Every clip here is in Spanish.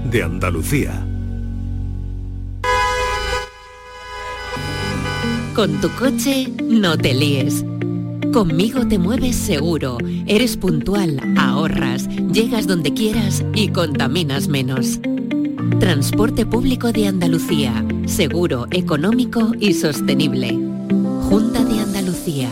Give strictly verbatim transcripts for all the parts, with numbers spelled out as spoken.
de Andalucía. Con tu coche no te líes. Conmigo te mueves seguro, eres puntual, ahorras, llegas donde quieras y contaminas menos. Transporte público de Andalucía, seguro, económico y sostenible. Junta de Andalucía.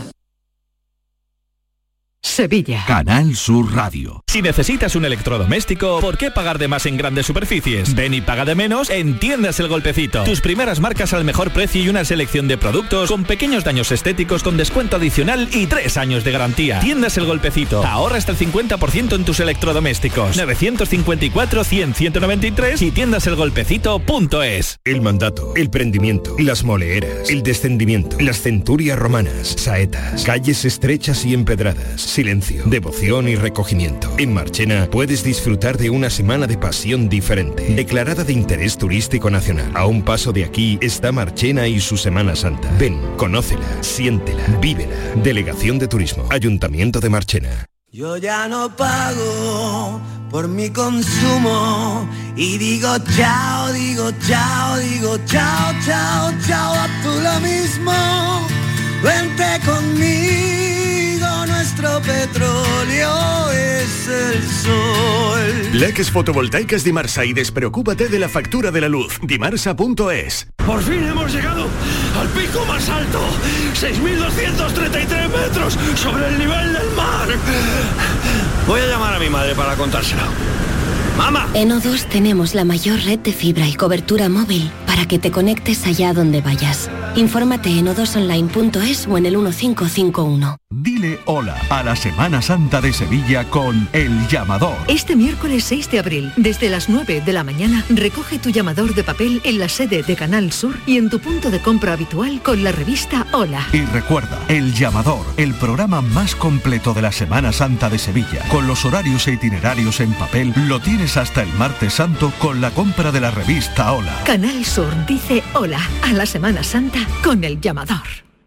Sevilla. Canal Sur Radio. Si necesitas un electrodoméstico, ¿por qué pagar de más en grandes superficies? Ven y paga de menos en Tiendas El Golpecito. Tus primeras marcas al mejor precio y una selección de productos con pequeños daños estéticos con descuento adicional y tres años de garantía. Tiendas El Golpecito. Ahorra hasta el cincuenta por ciento en tus electrodomésticos. novecientos cincuenta y cuatro, cien, ciento noventa y tres y tiendas el golpecito punto es. El mandato, el prendimiento, las moleeras, el descendimiento, las centurias romanas, saetas, calles estrechas y empedradas, silencio, devoción y recogimiento. En Marchena puedes disfrutar de una semana de pasión diferente, declarada de interés turístico nacional. A un paso de aquí está Marchena y su Semana Santa. Ven, conócela, siéntela, vívela. Delegación de Turismo, Ayuntamiento de Marchena. Yo ya no pago por mi consumo y digo chao, digo chao, digo chao, chao, chao, a tú lo mismo. Vente conmigo, nuestro petróleo es el sol. Leques fotovoltaicas Dimarsa y despreocúpate de la factura de la luz. Dimarsa punto es. Por fin hemos llegado al pico más alto, seis mil doscientos treinta y tres metros sobre el nivel del mar. Voy a llamar a mi madre para contárselo. ¡Mamá! En O dos tenemos la mayor red de fibra y cobertura móvil para que te conectes allá donde vayas. Infórmate en o dos online punto es o en el uno cinco cinco uno. Dile hola a la Semana Santa de Sevilla con El Llamador. Este miércoles seis de abril, desde las nueve de la mañana, recoge tu llamador de papel en la sede de Canal Sur y en tu punto de compra habitual con la revista Hola. Y recuerda, El Llamador, el programa más completo de la Semana Santa de Sevilla, con los horarios e itinerarios en papel, lo tienes hasta el martes santo con la compra de la revista Hola. Canal Sur dice hola a la Semana Santa con El Llamador.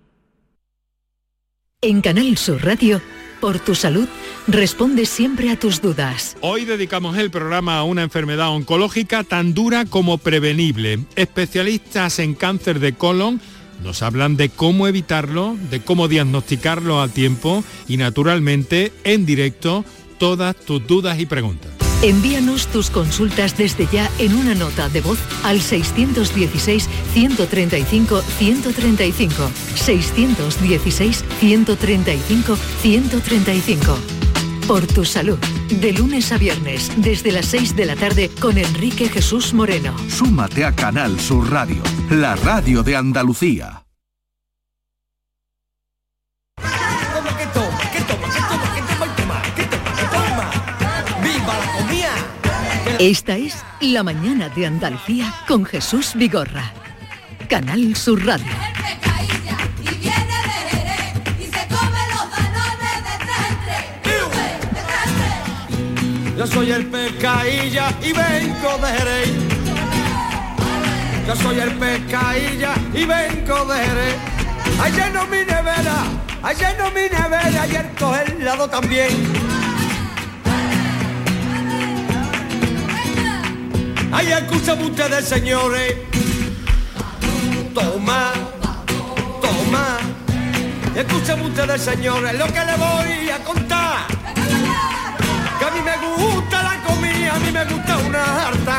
En Canal Sur Radio, por tu salud, responde siempre a tus dudas. Hoy dedicamos el programa a una enfermedad oncológica tan dura como prevenible. Especialistas en cáncer de colon nos hablan de cómo evitarlo, de cómo diagnosticarlo a tiempo y, naturalmente, en directo, todas tus dudas y preguntas. Envíanos tus consultas desde ya en una nota de voz al seiscientos dieciséis, ciento treinta y cinco, ciento treinta y cinco. seiscientos dieciséis, ciento treinta y cinco, ciento treinta y cinco. Por tu salud, de lunes a viernes, desde las seis de la tarde con Enrique Jesús Moreno. Súmate a Canal Sur Radio, la radio de Andalucía. Esta es La Mañana de Andalucía con Jesús Vigorra. Canal Sur Radio. Yo soy el Pescailla y vengo de Jerez. Yo soy el Pescailla y vengo de Jerez. Ay, lleno mi nevera, ay, lleno mi nevera y el coger helado también. Ay, escuchen ustedes, señores. Toma, toma. Escuchen ustedes, señores, lo que les voy a contar. Que a mí me gusta la comida, a mí me gusta una harta.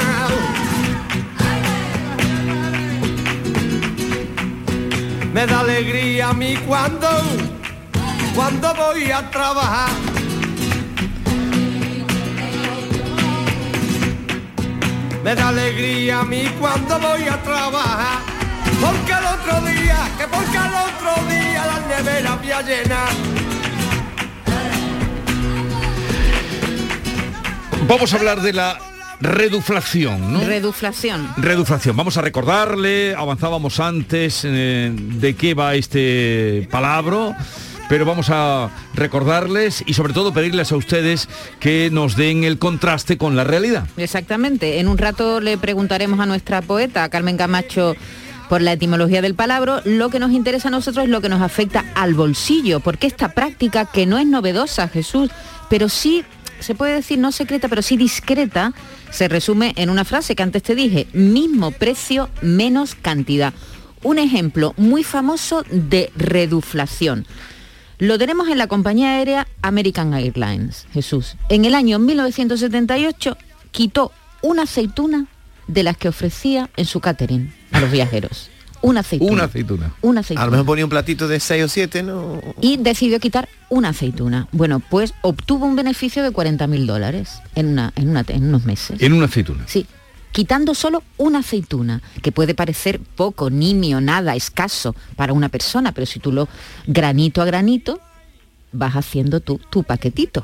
Me da alegría a mí cuando, cuando voy a trabajar. Me da alegría a mí cuando voy a trabajar. Porque el otro día, que porque el otro día la nevera voy a llenar. Vamos a hablar de la reduflación, ¿no? Reduflación. Reduflación. Vamos a recordarle, avanzábamos antes eh, de qué va este palabra, pero vamos a recordarles y sobre todo pedirles a ustedes que nos den el contraste con la realidad. Exactamente. En un rato le preguntaremos a nuestra poeta, Carmen Camacho, por la etimología del palabra. Lo que nos interesa a nosotros es lo que nos afecta al bolsillo, porque esta práctica, que no es novedosa, Jesús, pero sí se puede decir no secreta, pero sí discreta, se resume en una frase que antes te dije, mismo precio, menos cantidad. Un ejemplo muy famoso de reduflación. Lo tenemos en la compañía aérea American Airlines, Jesús. En el año mil novecientos setenta y ocho quitó una aceituna de las que ofrecía en su catering a los viajeros. Una aceituna. Una aceituna. Una aceituna. A lo mejor ponía un platito de seis o siete, ¿no? Y decidió quitar una aceituna. Bueno, pues obtuvo un beneficio de cuarenta mil dólares en, una, en, una, en unos meses. En una aceituna. Sí. Quitando solo una aceituna, que puede parecer poco, nimio, nada, escaso para una persona, pero si tú lo granito a granito, vas haciendo tu, tu paquetito.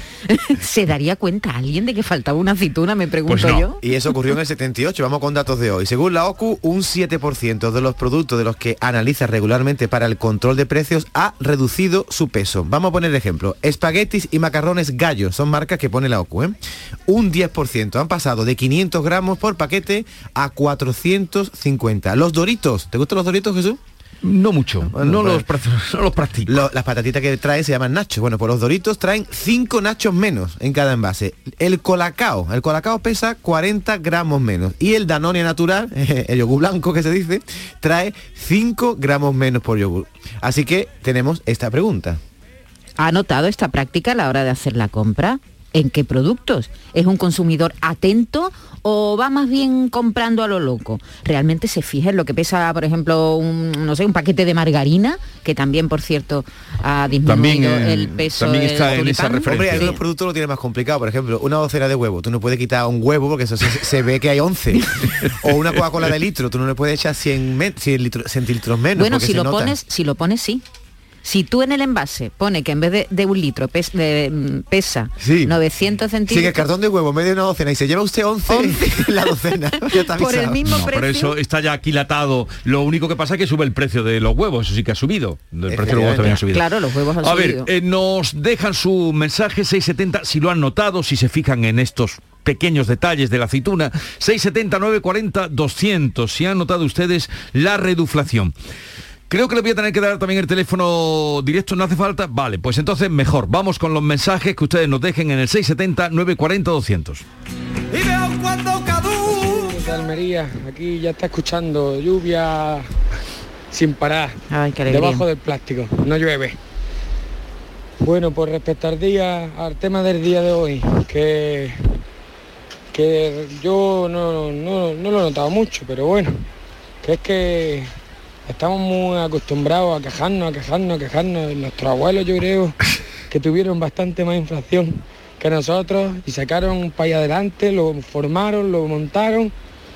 ¿Se daría cuenta alguien de que faltaba una aceituna, me pregunto Pues no. yo? Y eso ocurrió en el setenta y ocho, vamos con datos de hoy. Según la O C U, un siete por ciento de los productos de los que analiza regularmente para el control de precios ha reducido su peso. Vamos a poner ejemplo. Espaguetis y macarrones Gallo son marcas que pone la O C U, ¿eh? Un diez por ciento han pasado de quinientos gramos por paquete a cuatrocientos cincuenta. Los Doritos, ¿te gustan los Doritos, Jesús? No mucho, Bueno, no, pues, los, no los practico. Lo, las patatitas que traen se llaman nachos. Bueno, pues los Doritos traen cinco nachos menos en cada envase. El Colacao, el Colacao pesa cuarenta gramos menos. Y el Danone natural, el yogur blanco que se dice, trae cinco gramos menos por yogur. Así que tenemos esta pregunta. ¿Ha notado esta práctica a la hora de hacer la compra? ¿En qué productos? ¿Es un consumidor atento o va más bien comprando a lo loco? ¿Realmente se fija en lo que pesa, por ejemplo, un, no sé, un paquete de margarina, que también, por cierto, ha disminuido También, eh, el peso también del está en tulipán? esa referencia. Hombre, Sí. algunos productos lo tienen más complicado. Por ejemplo, una docena de huevos. Tú no puedes quitar un huevo porque eso se, se ve que hay once. O una Coca-Cola de litro. Tú no le puedes echar cien, me- cien litros, centilitros menos. Bueno, porque si se lo nota. pones, si lo pones, sí. Si tú en el envase pone que en vez de, de un litro pes- de, mm, pesa Sí. novecientos Si en el centímetros, cartón de huevo en vez de una docena y se lleva usted once, la docena. Ya está Por el avisado. mismo No, pero eso está ya aquilatado. Lo único que pasa es que sube el precio de los huevos, eso sí que ha subido. El precio de los huevos también ha subido. Claro, los huevos han A subido. ver, eh, nos dejan su mensaje seis setenta, si lo han notado, si se fijan en estos pequeños detalles de la aceituna, seis setenta, nueve cuarenta, doscientos, si han notado ustedes la reduflación. Creo que le voy a tener que dar también el teléfono directo, ¿no hace falta? Vale, pues entonces mejor. Vamos con los mensajes que ustedes nos dejen en el seis setenta, nueve cuarenta, doscientos. Y veo cuando caduco. De Almería, aquí ya está escuchando lluvia sin parar. Ay, qué alegría. Debajo del plástico, no llueve. Bueno, pues respecto al día, al tema del día de hoy, que, que yo no, no, no lo he notado mucho, pero bueno, que es que estamos muy acostumbrados a quejarnos, a quejarnos, a quejarnos. Nuestros abuelos, yo creo, que tuvieron bastante más inflación que nosotros y sacaron un país adelante, lo formaron, lo montaron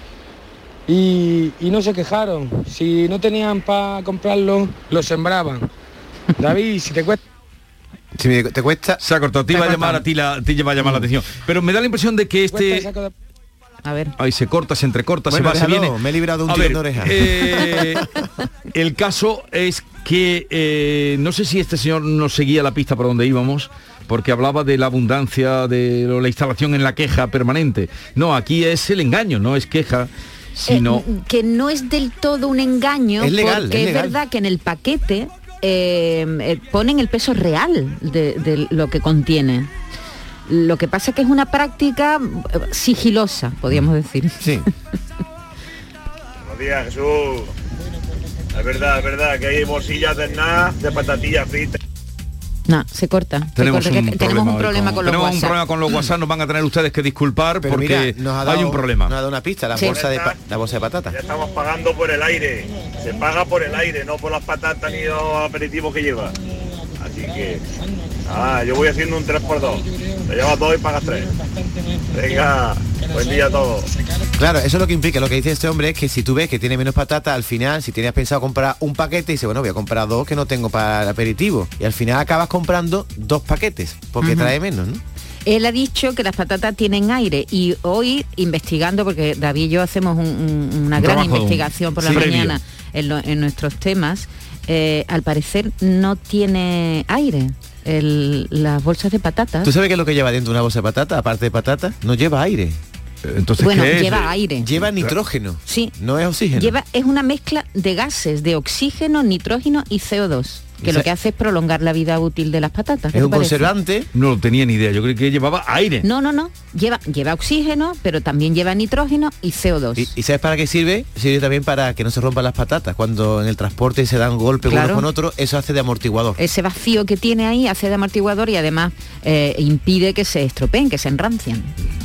y, y no se quejaron. Si no tenían para comprarlo, lo sembraban. David, si te cuesta... Si me- te cuesta... Se ha cortado, te iba a llamar a ti, la, te iba a llamar la atención. Pero me da la impresión de que este... A ver. Ahí se corta, se entrecorta, Bueno, se va, se déjalo, viene. me he librado de un A tirón ver, de oreja. eh, el caso es que eh, no sé si este señor nos seguía la pista por donde íbamos, porque hablaba de la abundancia, de la instalación en la queja permanente. No, aquí es el engaño, no es queja, sino... Eh, que no es del todo un engaño, Es legal, porque es es, legal. verdad que en el paquete eh, eh, ponen el peso real de, de lo que contiene. Lo que pasa es que es una práctica eh, sigilosa, podríamos decir. Sí. Buenos días, Jesús. Es verdad, es verdad que hay bolsillas de nada, de patatillas fritas. No, se corta. se Tenemos corta, un, que problema, tenemos un hoy problema con los tenemos un WhatsApp. problema con los WhatsApp, nos van a tener ustedes que disculpar Pero porque mira, nos ha dado, hay un problema. Nos ha dado una pista, la Sí. bolsa de pa- la bolsa de patata. Ya estamos pagando por el aire. Se paga por el aire, no por las patatas ni los aperitivos que lleva. Así que... Ah, yo voy haciendo un tres por dos. Te llevas dos y pagas tres. Venga, buen día a todos. Claro, eso es lo que implica, lo que dice este hombre es que si tú ves que tiene menos patata, al final, si tenías pensado comprar un paquete, dice, bueno, voy a comprar dos que no tengo para el aperitivo. Y al final acabas comprando dos paquetes, porque Ujú. trae menos, ¿no? Él ha dicho que las patatas tienen aire y hoy investigando, porque David y yo hacemos un- un- una Un gran trabajo, investigación por la sí, previo. mañana en, lo- en nuestros temas, eh, al parecer no tiene aire el- las bolsas de patatas. ¿Tú sabes qué es lo que lleva dentro una bolsa de patata, aparte de patata? No lleva aire. Entonces, Bueno, ¿qué es? lleva aire. Lleva nitrógeno. Sí. No es oxígeno. Lleva, es una mezcla de gases, de oxígeno, nitrógeno y C O dos. que lo que hace es prolongar la vida útil de las patatas. ¿Es un conservante? No lo tenía ni idea, yo creí que llevaba aire. No, no, no, lleva, lleva oxígeno, pero también lleva nitrógeno y C O dos. ¿Y, ¿Y sabes para qué sirve? Sirve también para que no se rompan las patatas. Cuando en el transporte se dan golpes claro. unos con otros, eso hace de amortiguador. Ese vacío que tiene ahí hace de amortiguador y además eh, impide que se estropeen, que se enrancien.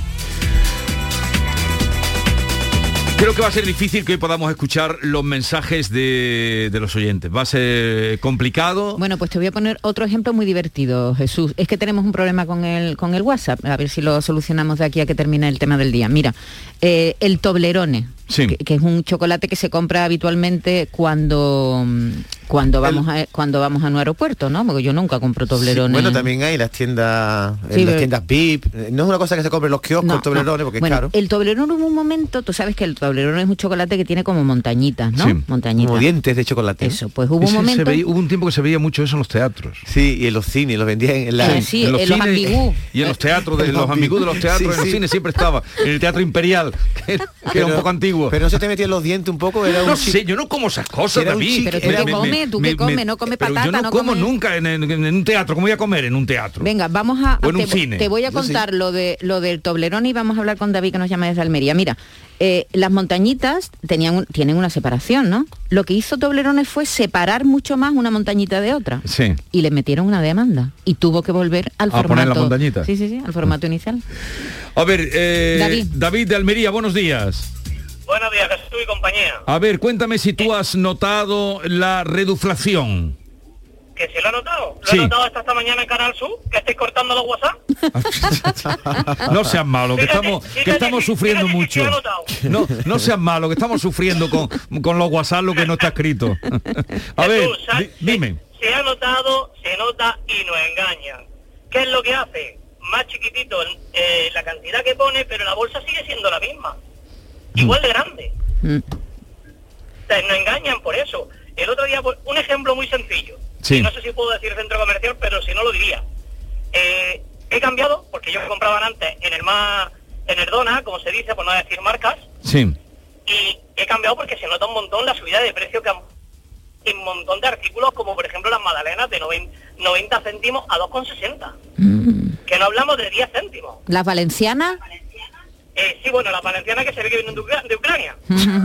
Creo que va a ser difícil que hoy podamos escuchar los mensajes de, de los oyentes. Va a ser complicado. Bueno, pues te voy a poner otro ejemplo muy divertido, Jesús. Es que tenemos un problema con el, con el WhatsApp. A ver si lo solucionamos de aquí a que termine el tema del día. Mira, eh, el Toblerone, sí. que, que es un chocolate que se compra habitualmente cuando... Cuando vamos el... a cuando vamos a un aeropuerto, ¿no? Porque yo nunca compro Toblerone. Sí, bueno, también hay las tiendas, sí, en las pero... tiendas V I P. No es una cosa que se compre en los kioscos, no, el Toblerone, no. porque bueno, es caro. El Toblerone hubo un momento, tú sabes que el Toblerone es un chocolate que tiene como montañitas, ¿no? Sí. Montañitas. Como dientes de chocolate. Eso, pues hubo Ese un momento... se veía, hubo un tiempo que se veía mucho eso en los teatros. Sí, y en los cines, los vendían en la... Sí, sí, en los, en los cines, ambigú. Y en los teatros, de, los ambigú de los teatros, sí, en los sí. cines siempre estaba. En el Teatro Imperial, que, que pero, era un poco antiguo. Pero no se te metían los dientes un poco, era un... No sé, yo no como esas cosas, David. Pero tú qué comes, tú qué comes, no comes patata, yo no, no como comes... nunca en, en, en un teatro. ¿Cómo voy a comer en un teatro? Venga, vamos a... O en un te, cine. Te voy a contar lo de lo del Toblerone y vamos a hablar con David, que nos llama desde Almería. Mira, eh, las montañitas tenían un, tienen una separación, ¿no? Lo que hizo Toblerone fue separar mucho más una montañita de otra. Sí. Y le metieron una demanda. Y tuvo que volver al ¿A formato... poner la montañita? Sí, sí, sí, al formato inicial. A ver, eh, David. David de Almería, buenos días. Buenos días, Jesús y compañía. A ver, cuéntame si tú has notado la reduflación. Que si lo he notado. Lo sí. he notado hasta esta mañana en Canal Sur, que estáis cortando los WhatsApp. No seas malo, que fíjate, estamos fíjate, que estamos fíjate, sufriendo fíjate mucho. Que he notado. No, no seas malo, que estamos sufriendo con, con los WhatsApp lo que no está escrito. A Jesús, ver, ¿sabes? di, dime. Se, se ha notado, se nota y nos engañan. ¿Qué es lo que hace? Más chiquitito eh, la cantidad que pone, pero la bolsa sigue siendo la misma. Igual de grande. Mm. O sea, nos engañan por eso. El otro día, un ejemplo muy sencillo. Sí. No sé si puedo decir centro comercial, pero si no lo diría. Eh, he cambiado, porque yo compraban antes en el más, en el Dona, como se dice, por no decir marcas. Sí. Y he cambiado porque se nota un montón la subida de precio que han... Y un montón de artículos, como por ejemplo las magdalenas de noventa céntimos a dos con sesenta. Mm. Que no hablamos de diez céntimos. ¿Las valencianas? Eh, sí, bueno, las valencianas que se ve que vienen de, Ucra- de Ucrania.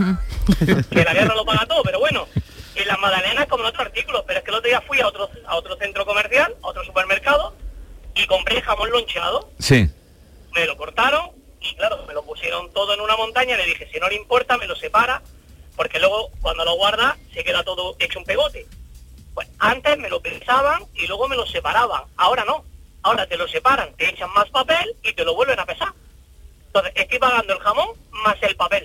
Que la guerra lo paga todo, pero bueno. Y las magdalenas como en otros artículos, pero es que el otro día fui a otro a otro centro comercial, a otro supermercado, y compré jamón loncheado. Sí. Me lo cortaron y claro, me lo pusieron todo en una montaña, le dije, si no le importa, me lo separa, porque luego cuando lo guarda se queda todo hecho un pegote. Pues antes me lo pesaban y luego me lo separaban, ahora no. Ahora te lo separan, te echan más papel y te lo vuelven a pesar. Entonces estoy pagando el jamón más el papel.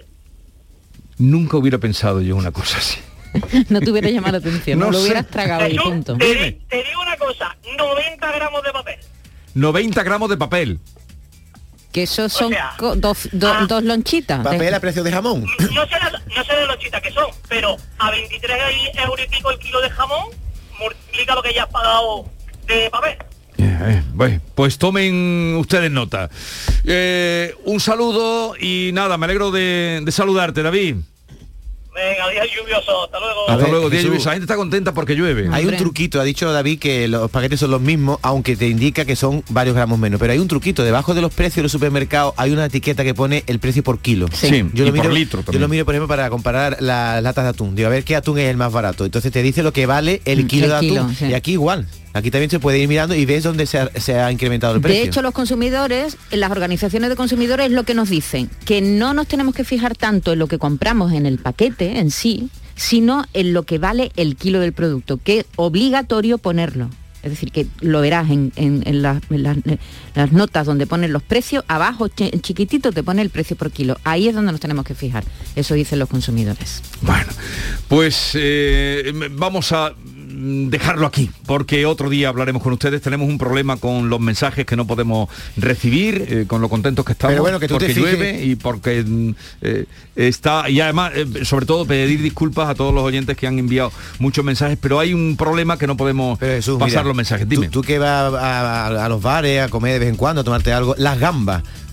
Nunca hubiera pensado yo una cosa así. No te hubiera llamado la atención, no, no lo hubieras sé. tragado y punto. Te, di, te digo una cosa, noventa gramos de papel. noventa gramos de papel. Que esos son o sea, dos, do, ah, dos lonchitas. Papel a precio de jamón. No sé, no sé de lonchitas que son, pero a veintitrés euros y pico el kilo de jamón, multiplica lo que ya has pagado de papel. Eh, bueno, pues tomen ustedes nota. Eh, un saludo y nada, me alegro de, de saludarte, David. Venga, día lluvioso, hasta luego. Hasta ver, luego, día lluvioso. La gente está contenta porque llueve. Hay un truquito, ha dicho David que los paquetes son los mismos, aunque te indica que son varios gramos menos. Pero hay un truquito, debajo de los precios de los supermercados hay una etiqueta que pone el precio por kilo. Sí, sí yo, y lo miro, por litro también. Yo lo miro, por ejemplo, para comparar las latas de atún. Digo, a ver qué atún es el más barato. Entonces te dice lo que vale el kilo el de atún. Kilo, sí. Y aquí igual. Aquí también se puede ir mirando y ves dónde se ha, se ha incrementado el precio. De hecho, los consumidores, las organizaciones de consumidores, lo que nos dicen, que no nos tenemos que fijar tanto en lo que compramos en el paquete en sí, sino en lo que vale el kilo del producto, que es obligatorio ponerlo. Es decir, que lo verás en, en, en, la, en, la, en las notas donde ponen los precios, abajo en chiquitito te pone el precio por kilo. Ahí es donde nos tenemos que fijar. Eso dicen los consumidores. Bueno, pues eh, vamos a dejarlo aquí, porque otro día hablaremos con ustedes. Tenemos un problema con los mensajes que no podemos recibir, eh, con lo contentos que estamos. Pero bueno, que tú porque te fijes... llueve y porque eh, está, y además, eh, sobre todo, pedir disculpas a todos los oyentes que han enviado muchos mensajes, pero hay un problema que no podemos Jesús, pasar mira, los mensajes. Dime. Tú, tú que vas a, a, a los bares a comer de vez en cuando, a tomarte algo, las gambas.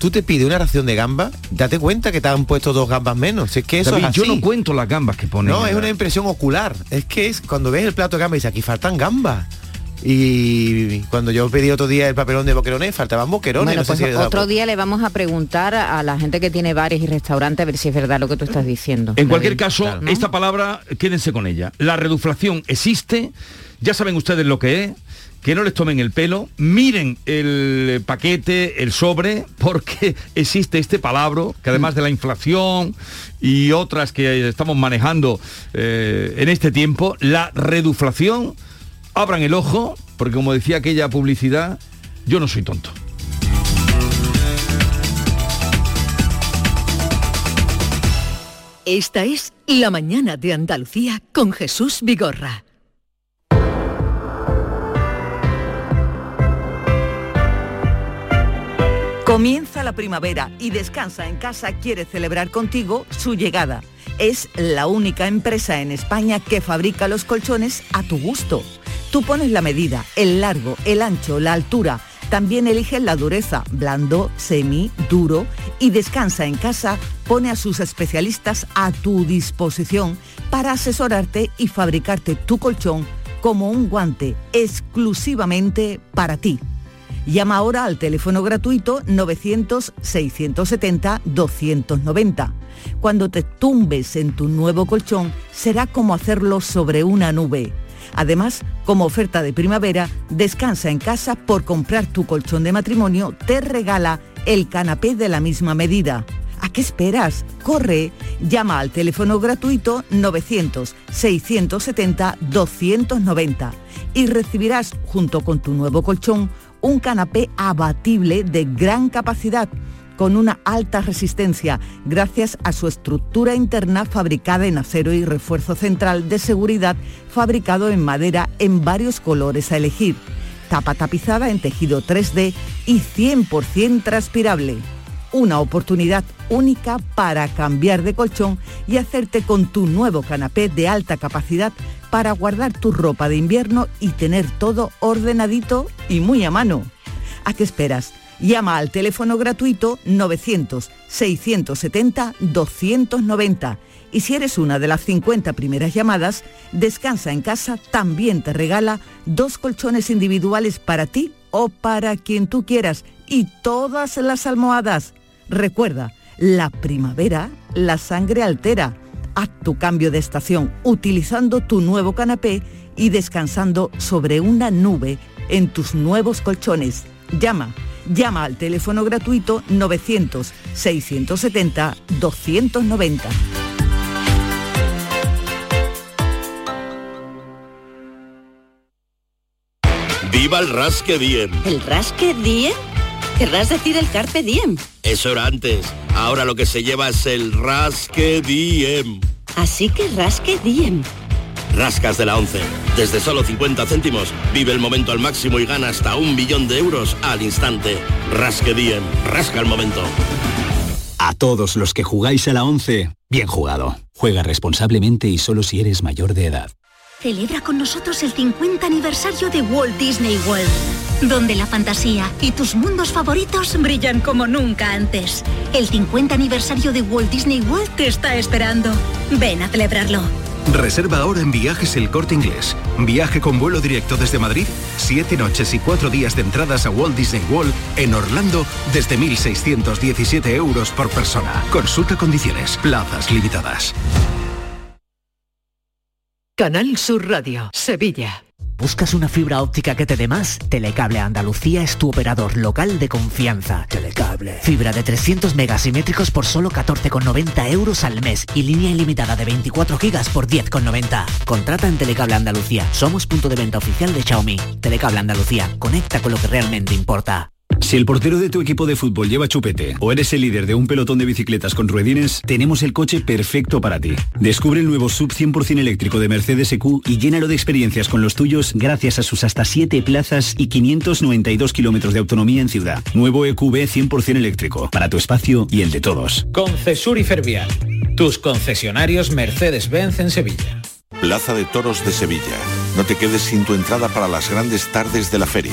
tú te pides una ración de gambas, date cuenta que te han puesto dos gambas menos. Si es que eso David, es así. yo no cuento las gambas que ponen. No, es una impresión ocular. Es que es cuando ves el plato de gambas y dices, aquí faltan gambas. Y cuando yo pedí otro día el papelón de boquerones, faltaban boquerones. Bueno, no pues sé si otro día le vamos a preguntar a la gente que tiene bares y restaurantes a ver si es verdad lo que tú estás diciendo. En cualquier David. caso, Claro. esta palabra, quédense con ella. La reduflación existe, ya saben ustedes lo que es, que no les tomen el pelo, miren el paquete, el sobre, porque existe este palabra, que además de la inflación y otras que estamos manejando eh, en este tiempo, la reduflación, abran el ojo, porque como decía aquella publicidad, yo no soy tonto. Esta es La Mañana de Andalucía con Jesús Vigorra. Comienza la primavera y Descansa en Casa quiere celebrar contigo su llegada. Es la única empresa en España que fabrica los colchones a tu gusto. Tú pones la medida, el largo, el ancho, la altura. También eliges la dureza, blando, semi, duro. Y Descansa en Casa pone a sus especialistas a tu disposición para asesorarte y fabricarte tu colchón como un guante exclusivamente para ti. Llama ahora al teléfono gratuito novecientos, seiscientos setenta, doscientos noventa. Cuando te tumbes en tu nuevo colchón, será como hacerlo sobre una nube. Además, como oferta de primavera, Descansa en Casa, por comprar tu colchón de matrimonio, te regala el canapé de la misma medida. ¿A qué esperas? Corre, llama al teléfono gratuito novecientos, seiscientos setenta, doscientos noventa y recibirás, junto con tu nuevo colchón, un canapé abatible de gran capacidad, con una alta resistencia, gracias a su estructura interna fabricada en acero y refuerzo central de seguridad fabricado en madera en varios colores a elegir, tapa tapizada en tejido tres D y cien por ciento transpirable. Una oportunidad única para cambiar de colchón y hacerte con tu nuevo canapé de alta capacidad para guardar tu ropa de invierno y tener todo ordenadito y muy a mano. ¿A qué esperas? Llama al teléfono gratuito novecientos, seiscientos setenta, doscientos noventa y si eres una de las cincuenta primeras llamadas, Descansa en Casa también te regala dos colchones individuales para ti o para quien tú quieras y todas las almohadas. Recuerda, la primavera, la sangre altera. Haz tu cambio de estación utilizando tu nuevo canapé y descansando sobre una nube en tus nuevos colchones. Llama, llama al teléfono gratuito novecientos, seiscientos setenta, doscientos noventa. ¡Viva el Rasque Diem! ¿El Rasque Diem? ¿Querrás decir el Carpe Diem? Eso era antes. Ahora lo que se lleva es el Rasque Diem. Así que Rasque Diem. Rascas de la once. Desde solo cincuenta céntimos, vive el momento al máximo y gana hasta un millón de euros al instante. Rasque Diem. Rasca el momento. A todos los que jugáis a la once, bien jugado. Juega responsablemente y solo si eres mayor de edad. Celebra con nosotros el cincuenta aniversario de Walt Disney World, donde la fantasía y tus mundos favoritos brillan como nunca antes. El cincuenta aniversario de Walt Disney World te está esperando. Ven a celebrarlo. Reserva ahora en Viajes El Corte Inglés. Viaje con vuelo directo desde Madrid, siete noches y cuatro días de entradas a Walt Disney World en Orlando desde mil seiscientos diecisiete euros por persona. Consulta condiciones, plazas limitadas. Canal Sur Radio, Sevilla. ¿Buscas una fibra óptica que te dé más? Telecable Andalucía es tu operador local de confianza. Telecable. Fibra de trescientos megasimétricos por solo catorce con noventa euros al mes y línea ilimitada de veinticuatro gigas por diez con noventa. Contrata en Telecable Andalucía. Somos punto de venta oficial de Xiaomi. Telecable Andalucía. Conecta con lo que realmente importa. Si el portero de tu equipo de fútbol lleva chupete o eres el líder de un pelotón de bicicletas con ruedines, tenemos el coche perfecto para ti. Descubre el nuevo sub cien por ciento eléctrico de Mercedes E Q y llénalo de experiencias con los tuyos gracias a sus hasta siete plazas y quinientos noventa y dos kilómetros de autonomía en ciudad. Nuevo E Q B cien por ciento eléctrico, para tu espacio y el de todos. Concesur y Fervial, tus concesionarios Mercedes-Benz en Sevilla. Plaza de Toros de Sevilla. No te quedes sin tu entrada para las grandes tardes de la feria.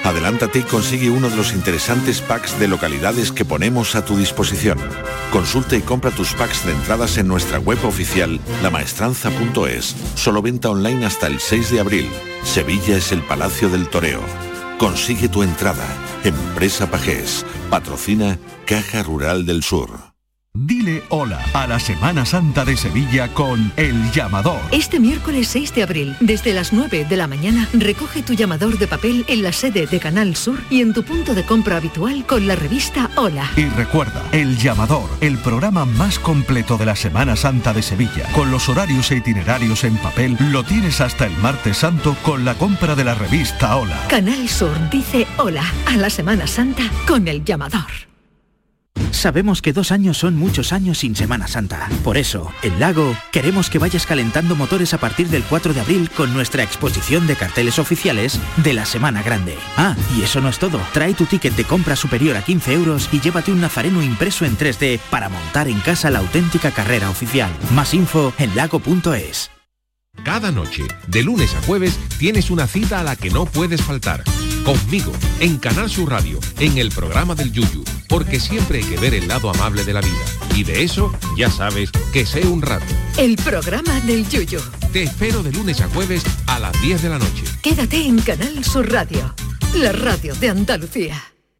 Adelántate y consigue uno de los interesantes packs de localidades que ponemos a tu disposición. Consulta y compra tus packs de entradas en nuestra web oficial la maestranza punto es. Solo venta online hasta el seis de abril. Sevilla es el Palacio del Toreo. Consigue tu entrada. Empresa Pajés. Patrocina Caja Rural del Sur. Dile hola a la Semana Santa de Sevilla con El Llamador. Este miércoles seis de abril, desde las nueve de la mañana, recoge tu llamador de papel en la sede de Canal Sur y en tu punto de compra habitual con la revista Hola. Y recuerda, El Llamador, el programa más completo de la Semana Santa de Sevilla, con los horarios e itinerarios en papel, lo tienes hasta el martes santo con la compra de la revista Hola. Canal Sur dice hola a la Semana Santa con El Llamador. Sabemos que dos años son muchos años sin Semana Santa. Por eso, en Lago, queremos que vayas calentando motores a partir del cuatro de abril con nuestra exposición de carteles oficiales de la Semana Grande. Ah, y eso no es todo. Trae tu ticket de compra superior a quince euros y llévate un nazareno impreso en tres D para montar en casa la auténtica carrera oficial. Más info en lago punto es. Cada noche, de lunes a jueves, tienes una cita a la que no puedes faltar. Conmigo, en Canal Sur Radio, en el programa del Yuyu, porque siempre hay que ver el lado amable de la vida. Y de eso, ya sabes, que sé un rato. El programa del Yuyu. Te espero de lunes a jueves a las diez de la noche. Quédate en Canal Sur Radio, la radio de Andalucía.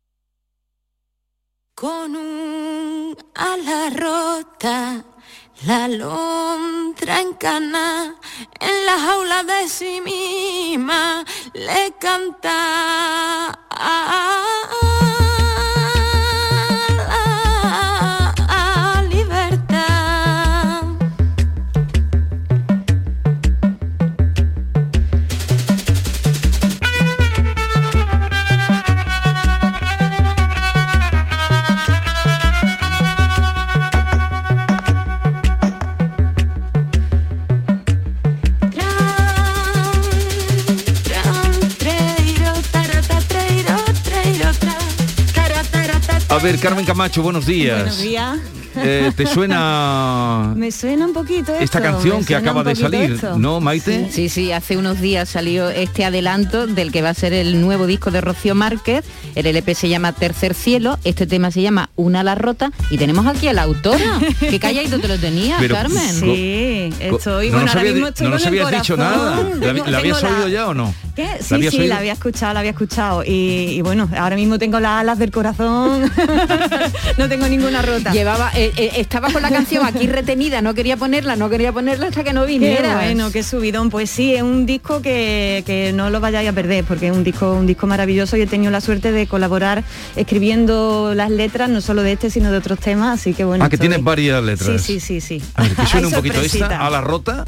Con un ala rota, la alondra encana, en la jaula de sí misma le canta a libertad. A ver, Carmen Camacho, buenos días. Buenos días. Eh, ¿Te suena Me suena un poquito esto, esta canción que acaba de salir, esto. no, Maite? Sí, sí, hace unos días salió este adelanto del que va a ser el nuevo disco de Rocío Márquez. El L P se llama Tercer Cielo, este tema se llama Una a la rota y tenemos aquí a la autora. Qué calladito te lo tenías, Pero, Carmen. Sí, estoy, no bueno, nos ahora había, mismo estoy no con nos el habías dicho nada. corazón. ¿La, Tengo- la habías tengo la- oído ya o no? ¿Qué? ¿La Sí, habías sí, oído? la había escuchado, la había escuchado. Y, y bueno, ahora mismo tengo las alas del corazón. No tengo ninguna rota. Llevaba, eh, eh, estaba con la canción aquí retenida, no quería ponerla, no quería ponerla hasta que no Qué viniera. bueno, qué subidón. Pues sí, es un disco que, que no lo vayáis a perder, porque es un disco, un disco maravilloso y he tenido la suerte de colaborar escribiendo las letras, no solo de este, sino de otros temas, así que bueno. Ah, que estoy- tienes varias letras. Sí, sí, sí, sí. A ver, que suene Hay un poquito esta, sorpresita. a la rota.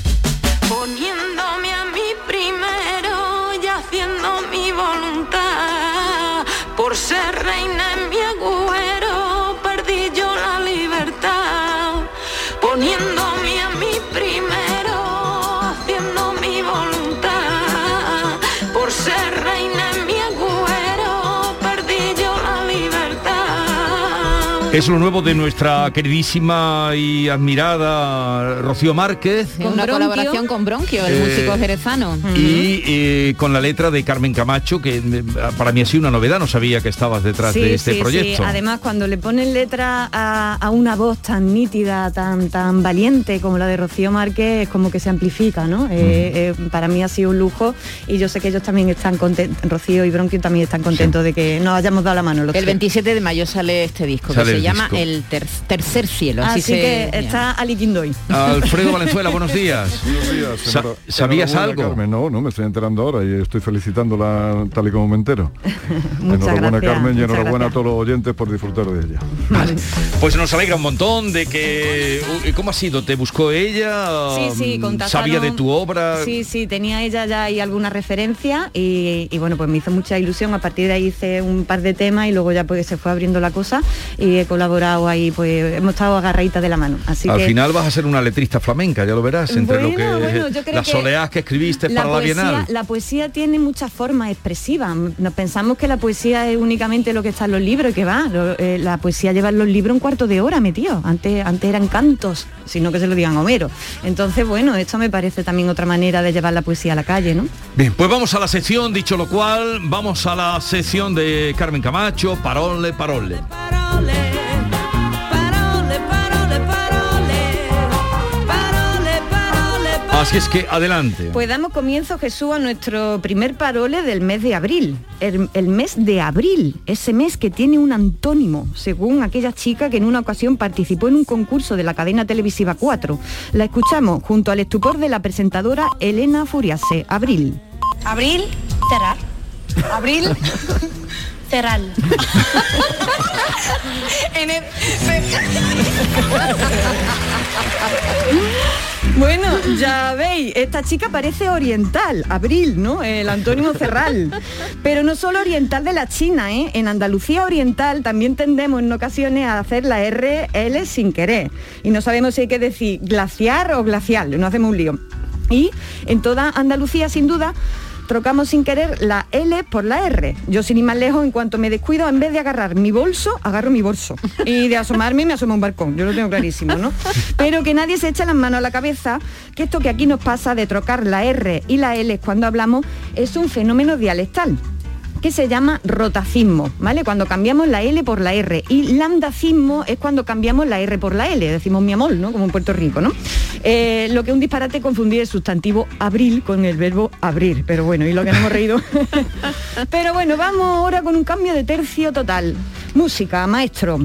Poniéndome a mí primero y haciendo mi voluntad, por ser reina en mi agüero perdí yo la libertad. Poniéndome a mí primero, haciendo mi voluntad, por ser reina en mi agüero perdí yo la libertad. Es lo nuevo de nuestra queridísima y admirada Rocío Márquez. Es una colaboración con Bronquio, el Eh, músico jerezano. Y eh, con la letra de Carmen Camacho, que eh, para mí ha sido una novedad, no sabía que estabas detrás Sí, de este sí, proyecto. sí. Además, cuando le ponen letra a, a una voz tan nítida, tan tan valiente como la de Rocío Márquez, es como que se amplifica, ¿no? Eh, eh, para mí ha sido un lujo y yo sé que ellos también están contentos, Rocío y Bronquio también están contentos de que nos hayamos dado la mano. Los El tres. veintisiete de mayo sale este disco, Sale que se el llama disco. El Ter- Tercer Cielo. Así, Así se que llama. está Ali Quindoy. Alfredo Valenzuela, buenos días. Buenos días. Sa- Enhora- ¿Sabías enhorabuena, algo? Carmen. No, no, me estoy enterando ahora y estoy felicitándola tal y como me entero. Muchas enhorabuena, gracias, Carmen, y muchas enhorabuena gracias. a todos los oyentes por disfrutar de ella. Pues nos alegra un montón de que... Uy, ¿cómo ha sido? ¿Te buscó ella? Sí, sí, Mm, contactaron- ¿Sabía de tu obra? Sí, sí, tenía ella ya ahí alguna referencia y, y bueno, pues me hizo mucha ilusión. A partir de ahí hice un par de temas y luego ya pues se fue abriendo la cosa y he colaborado ahí, pues hemos estado agarraditas de la mano. Así Al que, final vas a ser una letrista flamenca, ya lo verás, entre Bueno, lo que bueno, yo creo las que soleás que escribiste la para poesía, la Bienal. la poesía tiene muchas formas expresivas. Nos pensamos que la poesía es únicamente lo que está en los libros, que va, lo- eh, la poesía lleva en los libros un cuarto de hora metido. Antes, antes eran cantos, sino que se lo digan a Homero. Entonces, bueno, esto me parece también otra manera de llevar la poesía a la calle, ¿no? Bien, pues vamos a la sección, dicho lo cual, vamos a la sección de Carmen Camacho, Parole, Parole. Así es que adelante. Pues damos comienzo, Jesús, a nuestro primer parole del mes de abril. El, el mes de abril, ese mes que tiene un antónimo, según aquella chica que en una ocasión participó en un concurso de la cadena televisiva cuatro. La escuchamos junto al estupor de la presentadora Elena Furiase. Abril. Abril, cerrar. Abril, cerrar. En el- Bueno, ya veis, esta chica parece oriental, Abril, ¿no? El antónimo Cerral. Pero no solo oriental de la China, ¿eh? En Andalucía oriental también tendemos en ocasiones a hacer la R L sin querer. Y no sabemos si hay que decir glaciar o glacial, no hacemos un lío. Y en toda Andalucía, sin duda, trocamos sin querer la L por la R. Yo sin ir más lejos, en cuanto me descuido, en vez de agarrar mi bolso, agarro mi bolso. Y de asomarme, me asomo a un balcón. Yo lo tengo clarísimo, ¿no? Pero que nadie se eche las manos a la cabeza, que esto que aquí nos pasa de trocar la R y la L cuando hablamos es un fenómeno dialectal que se llama rotacismo, ¿vale? Cuando cambiamos la L por la R. Y lambdacismo es cuando cambiamos la R por la L, decimos mi amor, ¿no? Como en Puerto Rico, ¿no? Eh, lo que es un disparate confundir el sustantivo abril con el verbo abrir, pero bueno, y lo que nos hemos reído. Pero bueno, vamos ahora con un cambio de tercio total. Música, maestro.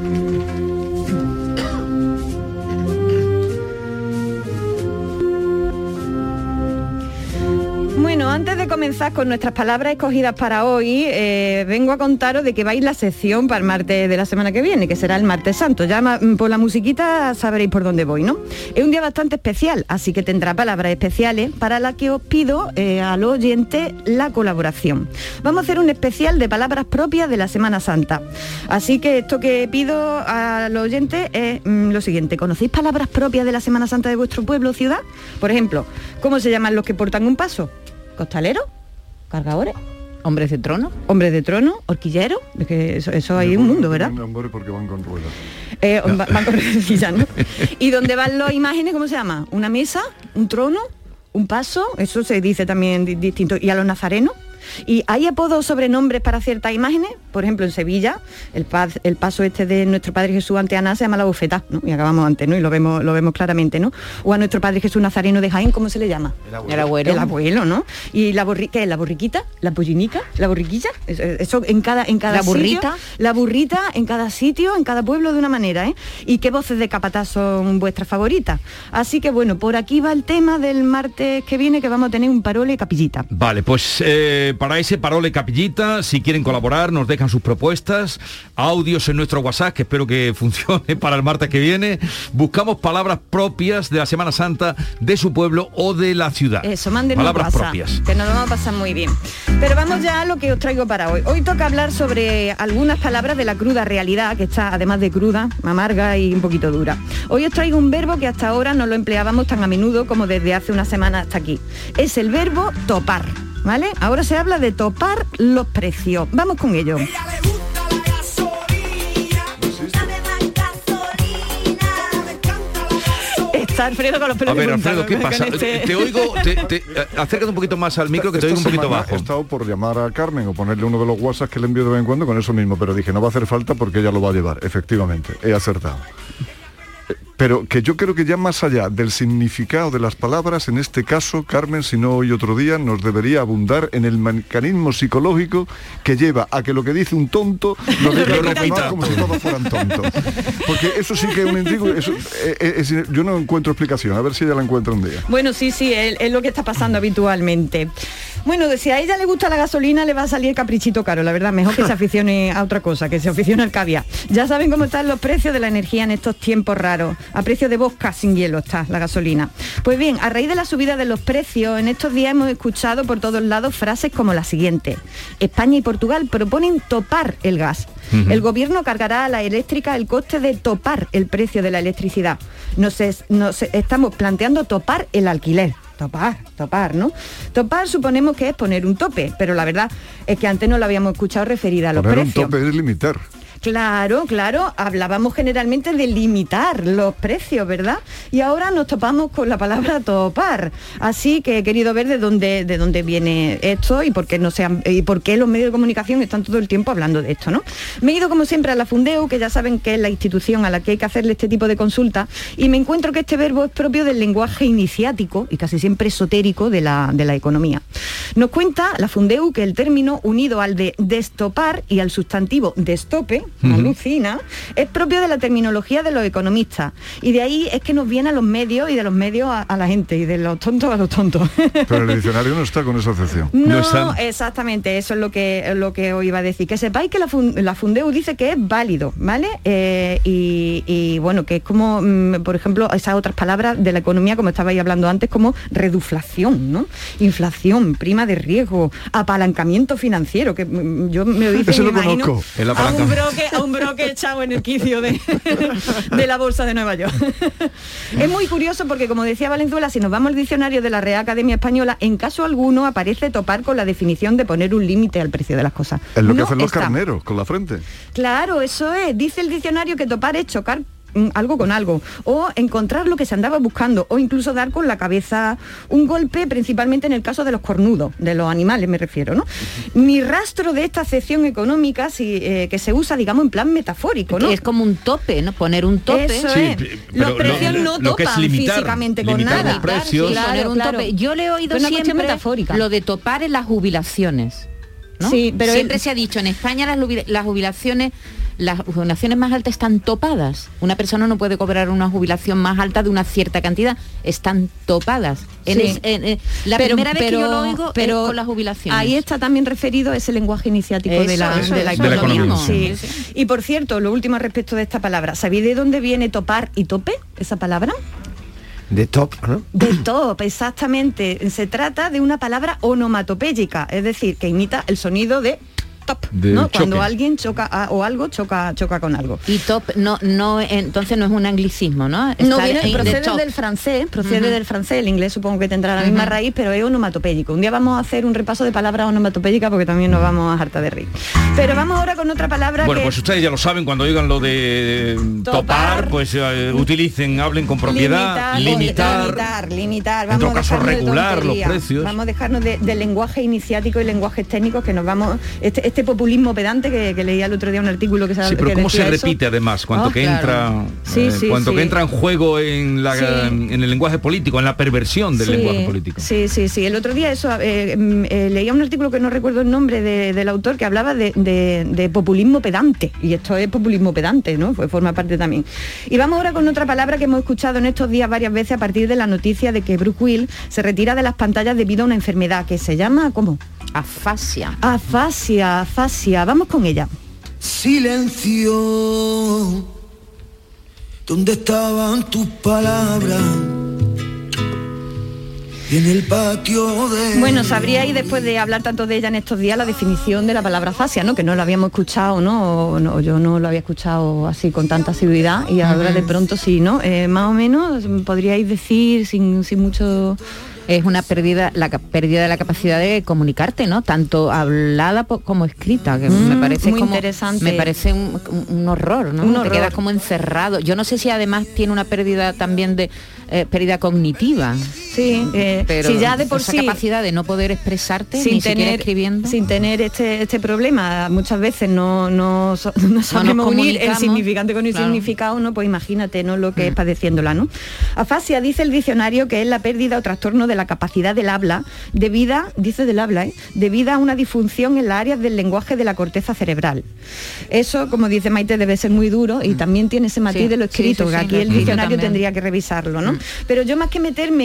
Bueno, antes de comenzar con nuestras palabras escogidas para hoy, eh, vengo a contaros de que va a ir la sección para el martes de la semana que viene, que será el martes santo. Ya ma- por la musiquita sabréis por dónde voy, ¿no? Es un día bastante especial, así que tendrá palabras especiales para las que os pido eh, al oyente la colaboración. Vamos a hacer un especial de palabras propias de la Semana Santa. Así que esto que pido al oyente es mm, lo siguiente. ¿Conocéis palabras propias de la Semana Santa de vuestro pueblo o ciudad? Por ejemplo, ¿cómo se llaman los que portan un paso? ¿Costaleros? ¿Cargadores? ¿Hombres de trono? ¿Hombres de trono? ¿Horquilleros? Es que eso, eso hay un mundo, ¿verdad? Hombre, porque van con ruedas. Eh, va- van con ruedecillas, ¿no? ¿Y dónde van las imágenes? ¿Cómo se llama? ¿Una mesa? ¿Un trono? ¿Un paso? Eso se dice también di- distinto. ¿Y a los nazarenos? ¿Y hay apodos o sobrenombres para ciertas imágenes? Por ejemplo, en Sevilla, el, paz, el paso este de nuestro Padre Jesús ante Aná se llama la bofetá, ¿no? Y acabamos antes, ¿no? Y lo vemos, lo vemos claramente, ¿no? O a nuestro Padre Jesús Nazareno de Jaén, ¿cómo se le llama? El abuelo. El abuelo. El abuelo, ¿no? Y la borri ¿qué es? ¿La borriquita? ¿La pollinica? ¿La borriquilla? Eso, eso en cada, en cada ¿La burrita? sitio, la burrita en cada sitio, en cada pueblo de una manera, ¿eh? ¿Y qué voces de capataz son vuestras favoritas? Así que bueno, por aquí va el tema del martes que viene, que vamos a tener un parole capillita. Vale, pues eh, para ese Parole Capillita, si quieren colaborar, nos dejan sus propuestas, audios en nuestro WhatsApp, que espero que funcione para el martes que viene. Buscamos palabras propias de la Semana Santa de su pueblo o de la ciudad. Eso, mándenos palabras WhatsApp, propias. que nos lo vamos a pasar muy bien. Pero vamos ya a lo que os traigo para hoy. Hoy toca hablar sobre algunas palabras de la cruda realidad, que está además de cruda, amarga y un poquito dura. Hoy os traigo un verbo que hasta ahora no lo empleábamos tan a menudo como desde hace una semana hasta aquí. Es el verbo topar, ¿vale? Ahora se habla de topar los precios. Vamos con ello. Está Alfredo con los pelos A ver, de punta, Alfredo, ¿qué con pasa? este- Te oigo, te, te- eh, acércate un poquito más al micro, que te Esta oigo un poquito semana bajo. He estado por llamar a Carmen o ponerle uno de los WhatsApp que le envío de vez en cuando con eso mismo, pero dije, no va a hacer falta porque ella lo va a llevar. Efectivamente, he acertado. Eh, Pero que yo creo que ya más allá del significado de las palabras, en este caso, Carmen, si no hoy otro día, nos debería abundar en el mecanismo psicológico que lleva a que lo que dice un tonto lo diga Lo los repita. demás como si todos fueran tontos. Porque eso sí que es un intrigo, eso, eh, eh, es- yo no encuentro explicación, a ver si ella la encuentra un día. Bueno, sí, sí, es, es lo que está pasando habitualmente. Bueno, si a ella le gusta la gasolina, le va a salir caprichito caro, la verdad, mejor que se aficione a otra cosa, que se aficione al caviar. Ya saben cómo están los precios de la energía en estos tiempos raros. A precio de vodka sin hielo está la gasolina. Pues bien, a raíz de la subida de los precios, en estos días hemos escuchado por todos lados frases como la siguiente. España y Portugal proponen topar el gas. Uh-huh. El gobierno cargará a la eléctrica el coste de topar el precio de la electricidad. Nos, es, nos estamos planteando topar el alquiler. Topar, topar, ¿no? Topar suponemos que es poner un tope, pero la verdad es que antes no lo habíamos escuchado referida a los poner precios. Un tope es limitar. Claro, claro, hablábamos generalmente de limitar los precios, ¿verdad? Y ahora nos topamos con la palabra topar. Así que he querido ver de dónde, de dónde viene esto y por qué no sean, y por qué los medios de comunicación están todo el tiempo hablando de esto, ¿no? Me he ido como siempre a la Fundeu, que ya saben que es la institución a la que hay que hacerle este tipo de consulta, y me encuentro que este verbo es propio del lenguaje iniciático y casi siempre esotérico de la, de la economía. Nos cuenta la Fundeu que el término unido al de destopar y al sustantivo destope, alucina, es propio de la terminología de los economistas, y de ahí es que nos viene a los medios y de los medios a, a la gente y de los tontos a los tontos. Pero el diccionario no está con esa acepción. No, no está... exactamente, eso es lo que, lo que os iba a decir. Que sepáis que la, fund, la Fundeu dice que es válido, ¿vale? Eh, y, y bueno, que es como, mm, por ejemplo, esas otras palabras de la economía, como estabais hablando antes, como reduflación, ¿no? Inflación, prima de riesgo, apalancamiento financiero, que mm, yo me lo dice, Eso me lo imagino, conozco. El a un broque, a un broque echado en el quicio de, de la bolsa de Nueva York. Es muy curioso porque, como decía Valenzuela, si nos vamos al diccionario de la Real Academia Española, en caso alguno aparece topar con la definición de poner un límite al precio de las cosas. Es lo que no hacen los está. carneros, con la frente. Claro, eso es. Dice el diccionario que topar es chocar algo con algo, o encontrar lo que se andaba buscando, o incluso dar con la cabeza un golpe, principalmente en el caso de los cornudos, de los animales me refiero, ¿no? Ni rastro de esta acepción económica si, eh, que se usa, digamos, en plan metafórico, ¿no? Es como un tope, ¿no? Poner un tope. Eso sí, es. Los precios lo, no lo topan es limitar, físicamente con nada. Los precios. Sí, claro, poner un claro. tope. Yo le he oído siempre metafórica. Lo de topar en las jubilaciones, ¿no? Sí, pero siempre el... se ha dicho, en España las, las jubilaciones las jubilaciones más altas están topadas. Una persona no puede cobrar una jubilación más alta de una cierta cantidad, están topadas. En sí. es, en, en, la pero, primera vez pero, que yo lo oigo pero es con las jubilaciones. Ahí está también referido ese lenguaje iniciático eso, de la, eso, de la eso, economía. De la economía. Sí. Sí, sí. Y por cierto, lo último respecto de esta palabra, ¿sabéis de dónde viene topar y tope, esa palabra? De top, ¿no? De top, exactamente. Se trata de una palabra onomatopéyica, es decir, que imita el sonido de top, ¿no? Cuando alguien choca a, o algo choca choca con algo. Y top no no entonces no es un anglicismo, ¿no? Está no viene, de, procede de del francés, procede uh-huh. del francés, el inglés supongo que tendrá la misma uh-huh. raíz, pero es onomatopéyico. Un día vamos a hacer un repaso de palabras onomatopéyicas porque también nos vamos a hartar de reír. Pero vamos ahora con otra palabra. Bueno, que pues ustedes ya lo saben, cuando oigan lo de topar, topar pues uh, utilicen, hablen con propiedad, limitar, limitar, limitar, vamos en todo caso regular los precios. Vamos a dejarnos de, de lenguaje iniciático y lenguajes técnicos que nos vamos, este, este populismo pedante Que, que leía el otro día un artículo que se sí, pero que cómo se eso. repite además cuanto oh, que claro. entra sí, eh, sí, cuanto sí. que entra en juego en la sí. en el lenguaje político, en la perversión del sí, lenguaje político. Sí, sí, sí. El otro día eso eh, eh, leía un artículo que no recuerdo el nombre de, del autor que hablaba de, de, de populismo pedante, y esto es populismo pedante, ¿no? Pues forma parte también. Y vamos ahora con otra palabra que hemos escuchado en estos días varias veces a partir de la noticia de que Bruce Willis se retira de las pantallas debido a una enfermedad que se llama ¿cómo? Afasia. Afasia, afasia. Vamos con ella. Silencio, ¿dónde estaban tus palabras? Y en el patio de... Bueno, sabríais después de hablar tanto de ella en estos días la definición de la palabra afasia, ¿no? Que no lo habíamos escuchado, ¿no? O no yo no lo había escuchado así con tanta asiduidad y ahora de pronto sí, ¿no? Eh, más o menos podríais decir sin, sin mucho... Es una pérdida, la pérdida de la capacidad de comunicarte, ¿no? Tanto hablada como escrita, que mm, me parece muy como, interesante. Me parece un, un horror, ¿no? Un Te horror. quedas como encerrado. Yo no sé si además tiene una pérdida también de eh, pérdida cognitiva. Sí, eh, pero si ya de por esa sí, capacidad de no poder expresarte sin ni tener, siquiera escribiendo. Sin tener este, este problema, muchas veces no, no, no sabemos no unir el significante con el claro. significado, ¿no? Pues imagínate, ¿no? Lo que mm. es padeciéndola, ¿no? Afasia, dice el diccionario, que es la pérdida o trastorno de la capacidad del habla, debida, dice del habla, ¿eh? debida a una disfunción en las áreas del lenguaje de la corteza cerebral. Eso, como dice Maite, debe ser muy duro y mm. también tiene ese matiz sí, de lo escrito, sí, sí, que aquí sí, el diccionario tendría que revisarlo, ¿no? Mm. Pero yo más que meterme en la definición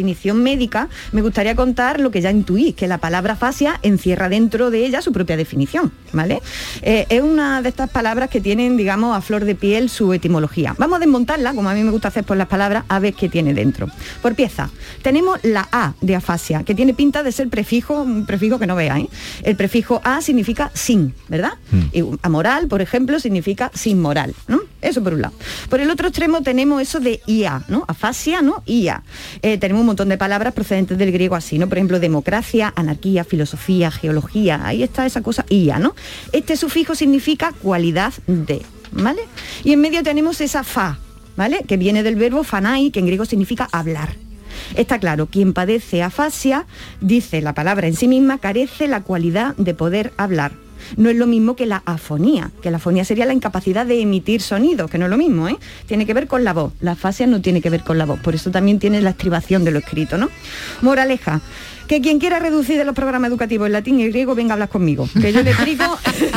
definición médica, me gustaría contar lo que ya intuí, que la palabra afasia encierra dentro de ella su propia definición, ¿vale? Eh, es una de estas palabras que tienen, digamos, a flor de piel su etimología. Vamos a desmontarla, como a mí me gusta hacer por las palabras, a ver qué tiene dentro. Por pieza, tenemos la A de afasia, que tiene pinta de ser prefijo, un prefijo que no vea, ¿eh? El prefijo a significa sin, ¿verdad? Mm. Y amoral, por ejemplo, significa sin moral, ¿no? Eso por un lado. Por el otro extremo tenemos eso de ia, ¿no? Afasia, ¿no? Ia. Eh, tenemos un montón de palabras procedentes del griego así, ¿no? Por ejemplo, democracia, anarquía, filosofía, geología. Ahí está esa cosa ia, ¿no? Este sufijo significa cualidad de, ¿vale? Y en medio tenemos esa fa, ¿vale? Que viene del verbo fanai, que en griego significa hablar. Está claro, quien padece afasia, dice la palabra en sí misma, carece la cualidad de poder hablar. No es lo mismo que la afonía, que la afonía sería la incapacidad de emitir sonidos, que no es lo mismo, ¿eh? Tiene que ver con la voz. La afasia no tiene que ver con la voz, por eso también tiene la estribación de lo escrito, ¿no? Moraleja, que quien quiera reducir de los programas educativos en latín y griego, venga a hablar conmigo, que yo le explico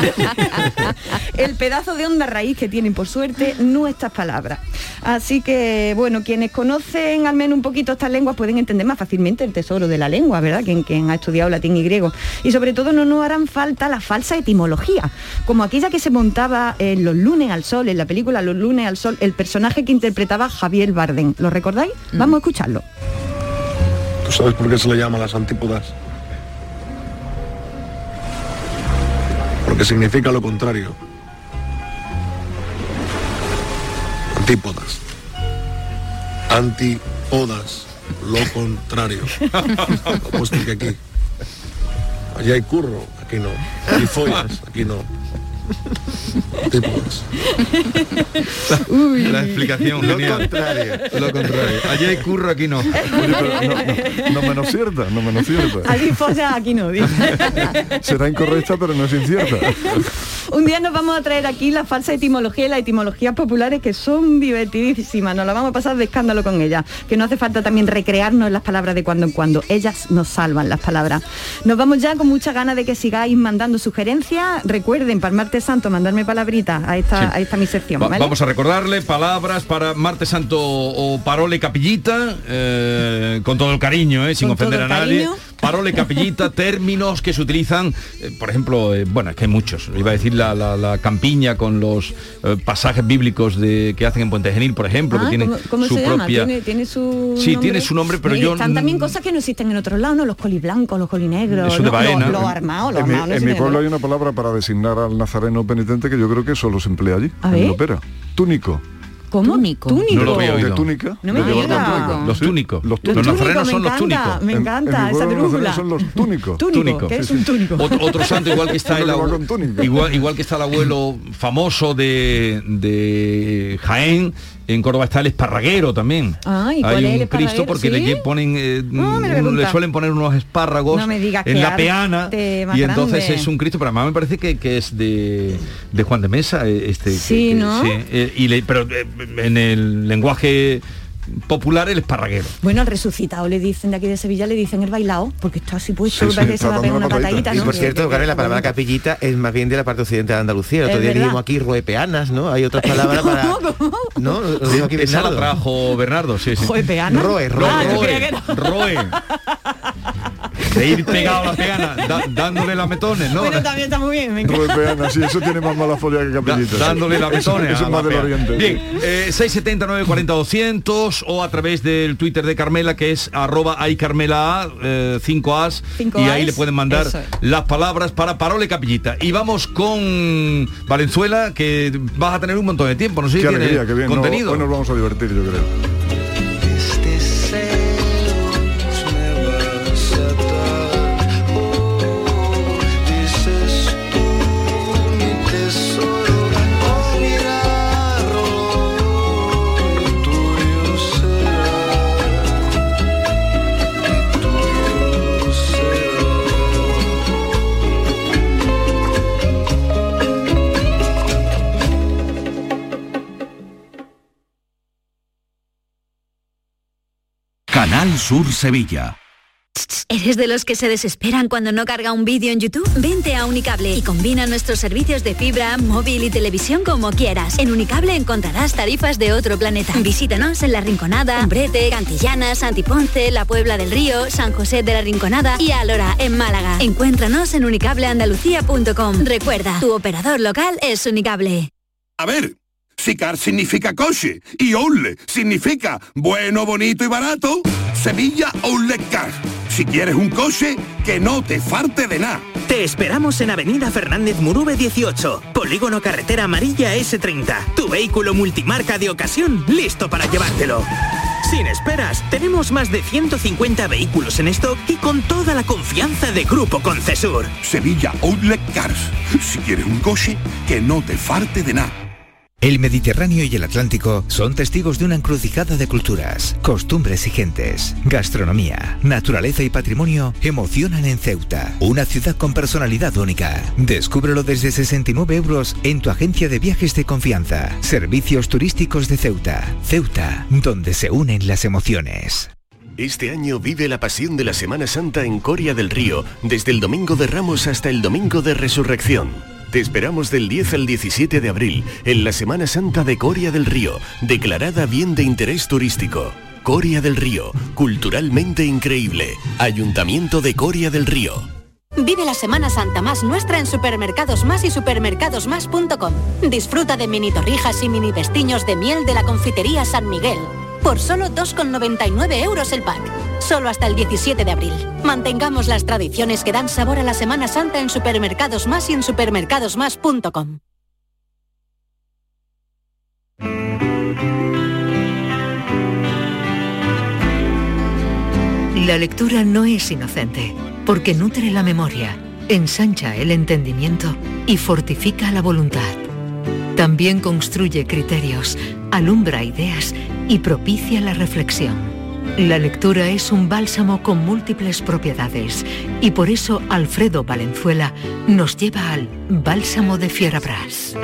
el pedazo de honda raíz que tienen, por suerte, nuestras palabras. Así que, bueno, quienes conocen al menos un poquito estas lenguas pueden entender más fácilmente el tesoro de la lengua, ¿verdad? Quien, quien ha estudiado latín y griego. Y sobre todo no nos harán falta la falsa etimología, como aquella que se montaba en Los lunes al sol, en la película Los lunes al sol, el personaje que interpretaba Javier Bardem. ¿Lo recordáis? Mm. Vamos a escucharlo. ¿Tú sabes por qué se le llama las antípodas? Porque significa lo contrario. Antípodas. Antípodas. Lo contrario. Apuesto que aquí. Allí hay curro, aquí no. Hay follas, aquí no. Antípodas. Uy. La explicación Lo genial. contrario. Lo contrario. Allí hay curro, aquí no. Oye, pero no, no, no menos cierta, no menos cierta. Aquí folla, aquí no, dice. Será incorrecta, pero no es incierta. Un día nos vamos a traer aquí la falsa etimología y las etimologías populares, que son divertidísimas. Nos la vamos a pasar de escándalo con ellas. Que no hace falta también recrearnos en las palabras de cuando en cuando. Ellas nos salvan las palabras. Nos vamos ya con mucha ganas de que sigáis mandando sugerencias. Recuerden, para el martes santo, mandarme palabritas a esta, sí. a esta mi sección, ¿vale? Va, vamos a recordarle palabras para martes santo o parole capillita, eh, con todo el cariño, eh, sin Con ofender a todo el nadie. cariño. Parole capillita, términos que se utilizan, eh, por ejemplo, eh, bueno, es que hay muchos. Iba a decir la, la, la campiña con los eh, pasajes bíblicos de que hacen en Puente Genil, por ejemplo, Ah, que tiene ¿cómo, cómo su se llama? propia... ¿Tiene, tiene su Sí, nombre? tiene su nombre, pero Y yo... están también cosas que no existen en otros lados, ¿no? Los coliblancos, los colinegros, Eso de los, Baena. los, los armados, los En mi, armados. no en sé mi qué pueblo hay nombre. una palabra para designar al nazareno penitente que yo creo que solo se emplea allí, A en ver. Lopera. Túnico. ¿Cómo? Túnico. Túnico. No lo había oído. De túnica. No me de llevar digas. la túnica. Los Sí, túnicos. Los Los túnicos. Los nazarenos son los me encanta, túnicos. me En- encanta en mi esa pueblo los trújula. nazarenos son los túnicos. Túnico, Túnico, que sí, es sí. un túnico. Otro, otro santo igual que está el Uno que va abuelo, con túnica. igual, igual que está el abuelo famoso de, de Jaén, en Córdoba está el esparraguero también. Ah, ¿y cuál Hay es el un Cristo esparraguero? porque ¿Sí? le ponen eh, No, me lo voy a le apuntar. suelen poner unos espárragos No me digas en qué la peana arte más y entonces grande. es un Cristo, pero además me parece que, que es de, de Juan de Mesa eh, este que- Sí, que- ¿no? eh, y le- pero eh, en el lenguaje popular el esparraguero. Bueno, al resucitado le dicen de aquí de Sevilla, le dicen el bailao, porque está así puesto, Sí, sí, parece que está se va a pegar dando una una patadita. patadita, Y ¿no? por Que- cierto, que- Carmen, la que- palabra capillita es más bien de la parte occidental de Andalucía. El otro Es día verdad. dijimos aquí ruepeanas, ¿no? Hay otras palabras para... ¿Cómo? ¿No? Lo dijo aquí Esa la Bernardo. trajo Bernardo, sí, sí. Joder, peana. Roe, roe, Ah, yo roe, creía que era- roe. De ir pegado a la pegana, da- dándole la metones, ¿no? Bueno, también está muy bien, me encanta. Ruepeana, sí, eso tiene más mala folla que Da- capillita. dándole la Eso- metones. Eso a es más la del peana. oriente. Bien, eh, seis setenta, nueve cuarenta, doscientos o a través del Twitter de Carmela, que es arroba ay Carmela A, eh, cinco As, Cinco y As, ahí le pueden mandar eso es. las palabras para Parole Capillita. Y vamos con Valenzuela, que vas a tener un montón de tiempo, no sé si Qué tiene alegría, qué bien. No, contenido. hoy nos vamos a divertir, yo creo. Desde celos me vas a dar. Oh, dices tú mi tesoro. Oh, mirarlo, tuyo será. Tuyo será. Canal Sur Sevilla. ¿Eres de los que se desesperan cuando no carga un vídeo en YouTube? Vente a Unicable y combina nuestros servicios de fibra, móvil y televisión como quieras. En Unicable encontrarás tarifas de otro planeta. Visítanos en La Rinconada, Umbrete, Cantillana, Santiponce, La Puebla del Río, San José de la Rinconada y Alora, en Málaga. Encuéntranos en unicable andalucía punto com. Recuerda, tu operador local es Unicable. A ver, si car significa coche y outlet significa bueno, bonito y barato, Sevilla Outlet Car. Si quieres un coche, que no te falte de nada. Te esperamos en Avenida Fernández Murube dieciocho, Polígono Carretera Amarilla ese treinta. Tu vehículo multimarca de ocasión listo para llevártelo. Sin esperas, tenemos más de ciento cincuenta vehículos en stock y con toda la confianza de Grupo Concesur. Sevilla Outlet Cars. Si quieres un coche, que no te falte de nada. El Mediterráneo y el Atlántico son testigos de una encrucijada de culturas, costumbres y gentes. Gastronomía, naturaleza y patrimonio emocionan en Ceuta, una ciudad con personalidad única. Descúbrelo desde sesenta y nueve euros en tu agencia de viajes de confianza. Servicios turísticos de Ceuta. Ceuta, donde se unen las emociones. Este año vive la pasión de la Semana Santa en Coria del Río, desde el Domingo de Ramos hasta el Domingo de Resurrección. Te esperamos del diez al diecisiete de abril en la Semana Santa de Coria del Río, declarada bien de interés turístico. Coria del Río, culturalmente increíble. Ayuntamiento de Coria del Río. Vive la Semana Santa más nuestra en Supermercados Más y supermercados más punto com. Disfruta de mini torrijas y mini pestiños de miel de la confitería San Miguel. Por solo dos con noventa y nueve euros el pack. Solo hasta el diecisiete de abril. Mantengamos las tradiciones que dan sabor a la Semana Santa en Supermercados Más y en supermercados más punto com. La lectura no es inocente, porque nutre la memoria, ensancha el entendimiento y fortifica la voluntad. También construye criterios, alumbra ideas y propicia la reflexión. La lectura es un bálsamo con múltiples propiedades y por eso Alfredo Valenzuela nos lleva al Bálsamo de Fierabras.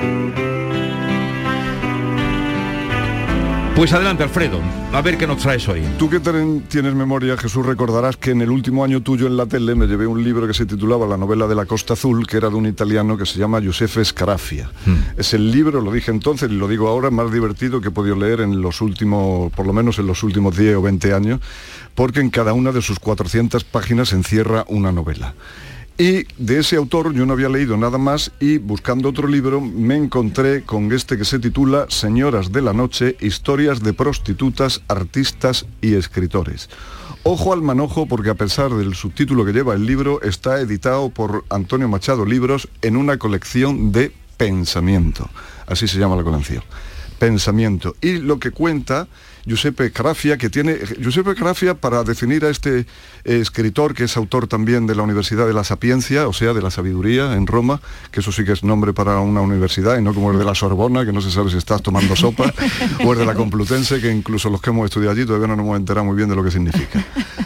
Pues adelante, Alfredo, a ver qué nos traes hoy. Tú que ten- tienes memoria, Jesús, recordarás que en el último año tuyo en la tele me llevé un libro que se titulaba La novela de la Costa Azul, que era de un italiano que se llama Giuseppe Scarafia. Mm. Es el libro, lo dije entonces y lo digo ahora, más divertido que he podido leer en los últimos, por lo menos en los últimos diez o veinte años, porque en cada una de sus cuatrocientas páginas encierra una novela. Y de ese autor yo no había leído nada más y buscando otro libro me encontré con este que se titula Señoras de la Noche, historias de prostitutas, artistas y escritores. Ojo al manojo porque a pesar del subtítulo que lleva el libro, está editado por Antonio Machado Libros en una colección de pensamiento. Así se llama la colección. Pensamiento. Y lo que cuenta Giuseppe Scarafia, que tiene... Giuseppe Scarafia, para definir a este eh, escritor, que es autor también de la Universidad de la Sapiencia, o sea, de la Sabiduría, en Roma, que eso sí que es nombre para una universidad, y no como el de la Sorbona, que no se sabe si estás tomando sopa, o el de la Complutense, que incluso los que hemos estudiado allí todavía no nos hemos enterado muy bien de lo que significa.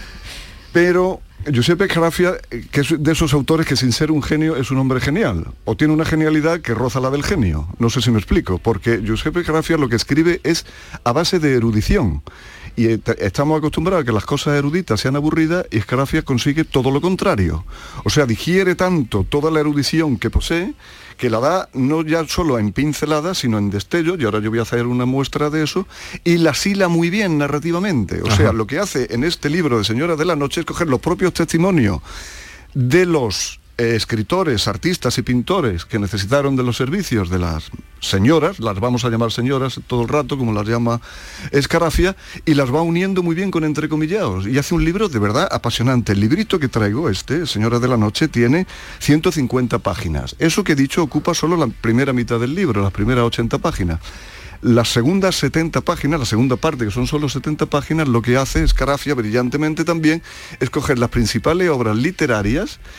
Pero Giuseppe Scarafia, que es de esos autores que sin ser un genio es un hombre genial, o tiene una genialidad que roza la del genio, no sé si me explico, porque Giuseppe Scarafia lo que escribe es a base de erudición, y estamos acostumbrados a que las cosas eruditas sean aburridas y Scarafia consigue todo lo contrario, o sea, digiere tanto toda la erudición que posee, que la da no ya solo en pinceladas, sino en destellos, y ahora yo voy a hacer una muestra de eso, y la hila muy bien narrativamente. O Ajá. sea, lo que hace en este libro de Señoras de la Noche es coger los propios testimonios de los eh, escritores, artistas y pintores que necesitaron de los servicios de las señoras, las vamos a llamar señoras todo el rato, como las llama Scarafia, y las va uniendo muy bien con entrecomillados, y hace un libro de verdad apasionante. El librito que traigo, este, Señoras de la Noche, tiene ciento cincuenta páginas. Eso que he dicho ocupa solo la primera mitad del libro, las primeras ochenta páginas. Las segundas setenta páginas, la segunda parte, que son solo setenta páginas, lo que hace Scarafia brillantemente también es coger las principales obras literarias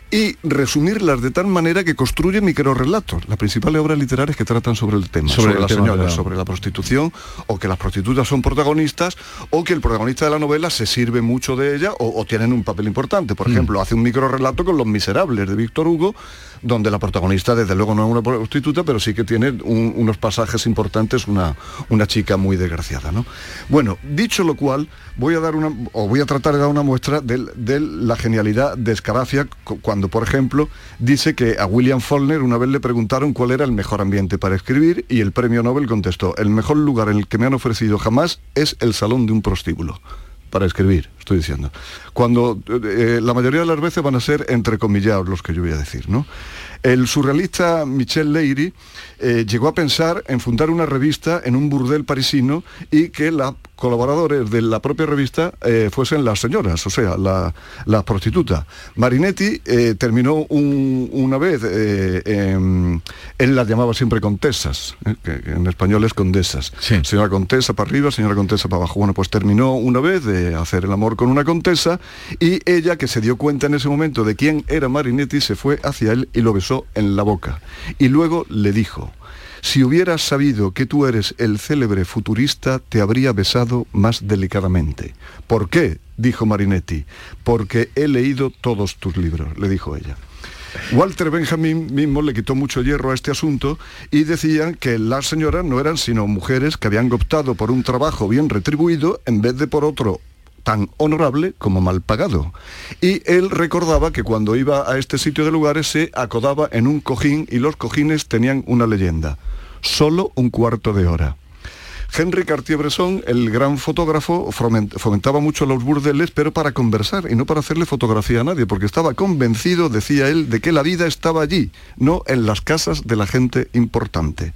y resumirlas de tal manera que construye microrrelatos. Las principales obras literarias que tratan sobre el tema, sobre, Sobre el las tema señoras, de la- sobre la prostitución, o que las prostitutas son protagonistas, o que el protagonista de la novela se sirve mucho de ella, o, o tienen un papel importante. Por ejemplo, hace un microrrelato con Los Miserables de Víctor Hugo, donde la protagonista desde luego no es una prostituta, pero sí que tiene un- unos pasajes importantes, una, una chica muy desgraciada, ¿no? Bueno, dicho lo cual, voy a dar una, o voy a tratar de dar una muestra de, de la genialidad de Escarafia, cu- cuando, por ejemplo, dice que a William Faulkner una vez le preguntaron cuál era el mejor ambiente para escribir, y el premio Nobel contestó: el mejor lugar en el que me han ofrecido jamás es el salón de un prostíbulo. Para escribir, estoy diciendo. Cuando eh, la mayoría de las veces van a ser entrecomillados los que yo voy a decir, ¿no? El surrealista Michel Leiry eh, llegó a pensar en fundar una revista en un burdel parisino y que los colaboradores de la propia revista eh, fuesen las señoras, o sea, la- las prostitutas. Marinetti eh, terminó un- una vez, eh, em, él las llamaba siempre contesas, eh, que, que en español es condesas. Señora contesa para arriba, señora contesa para abajo. Bueno, pues terminó una vez de hacer el amor con una contesa, y ella, que se dio cuenta en ese momento de quién era Marinetti, se fue hacia él y lo besó en la boca. Y luego le dijo: si hubieras sabido que tú eres el célebre futurista, te habría besado más delicadamente. ¿Por qué?, dijo Marinetti. Porque he leído todos tus libros, le dijo ella. Walter Benjamin mismo le quitó mucho hierro a este asunto y decían que las señoras no eran sino mujeres que habían optado por un trabajo bien retribuido en vez de por otro tan honorable como mal pagado. Y él recordaba que cuando iba a este sitio de lugares se acodaba en un cojín, y los cojines tenían una leyenda: solo un cuarto de hora. Henry Cartier-Bresson, el gran fotógrafo, foment- fomentaba mucho los burdeles, pero para conversar y no para hacerle fotografía a nadie, porque estaba convencido, decía él, de que la vida estaba allí, no en las casas de la gente importante.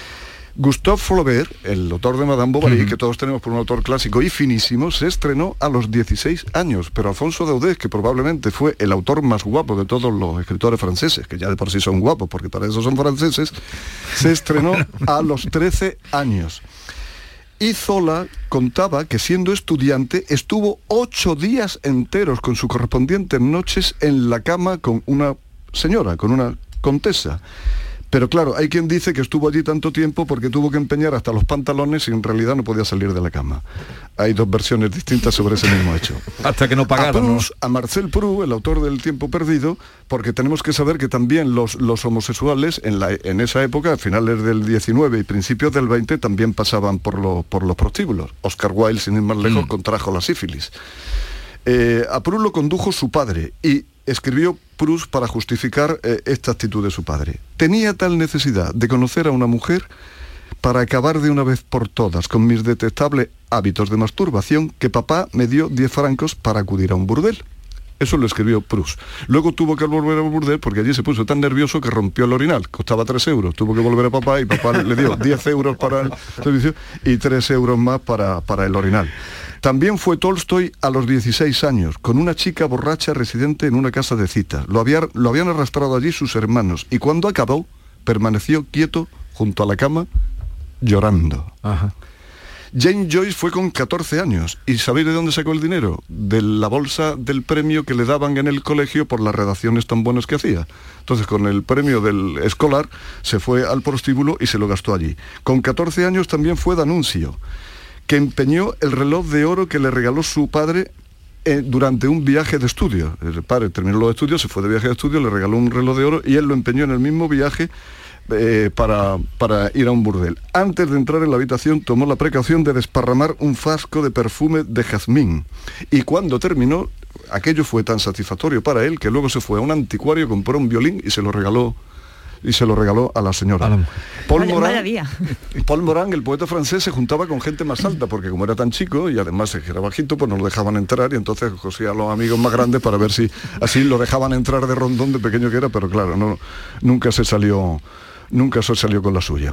Gustave Flaubert, el autor de Madame Bovary, uh-huh. que todos tenemos por un autor clásico y finísimo, se estrenó a los dieciséis años, pero Alfonso Daudet, que probablemente fue el autor más guapo de todos los escritores franceses, que ya de por sí son guapos, porque para eso son franceses, se estrenó a los trece años. Y Zola contaba que, siendo estudiante, estuvo ocho días enteros con sus correspondientes noches en la cama con una señora, con una contesa. Pero claro, hay quien dice que estuvo allí tanto tiempo porque tuvo que empeñar hasta los pantalones y en realidad no podía salir de la cama. Hay dos versiones distintas sobre ese mismo hecho. Hasta que no pagaron, a, ¿no? Proust, a Marcel Proust, el autor del Tiempo Perdido, porque tenemos que saber que también los, los homosexuales en, la, en esa época, a finales del diecinueve y principios del veinte, también pasaban por, lo, por los prostíbulos. Oscar Wilde, sin ir más lejos, mm. contrajo la sífilis. Eh, a Proust lo condujo su padre y escribió Proust para justificar eh, esta actitud de su padre. Tenía tal necesidad de conocer a una mujer para acabar de una vez por todas con mis detestables hábitos de masturbación que papá me dio diez francos para acudir a un burdel. Eso lo escribió Proust. Luego tuvo que volver al burdel porque allí se puso tan nervioso que rompió el orinal. Costaba tres euros. Tuvo que volver a papá y papá le dio diez euros para el servicio y tres euros más para, para el orinal. También fue Tolstoy a los dieciséis años, con una chica borracha residente en una casa de citas. Lo, había, lo habían arrastrado allí sus hermanos y cuando acabó, permaneció quieto junto a la cama, llorando. Ajá. James Joyce fue con catorce años. ¿Y sabéis de dónde sacó el dinero? De la bolsa del premio que le daban en el colegio por las redacciones tan buenas que hacía. Entonces, con el premio del escolar, se fue al prostíbulo y se lo gastó allí. Con catorce años también fue D'Annunzio, que empeñó el reloj de oro que le regaló su padre eh, durante un viaje de estudio. El padre terminó los estudios, se fue de viaje de estudio, le regaló un reloj de oro y él lo empeñó en el mismo viaje eh, para, para ir a un burdel. Antes de entrar en la habitación tomó la precaución de desparramar un frasco de perfume de jazmín. Y cuando terminó, aquello fue tan satisfactorio para él que luego se fue a un anticuario, compró un violín y se lo regaló y se lo regaló a la señora. A la Paul, vaya, Morand, vaya día. Paul Morand, el poeta francés, se juntaba con gente más alta, porque como era tan chico y además era bajito, pues no lo dejaban entrar y entonces cosía a los amigos más grandes para ver si así lo dejaban entrar de rondón de pequeño que era, pero claro, no, nunca se salió, nunca se salió con la suya.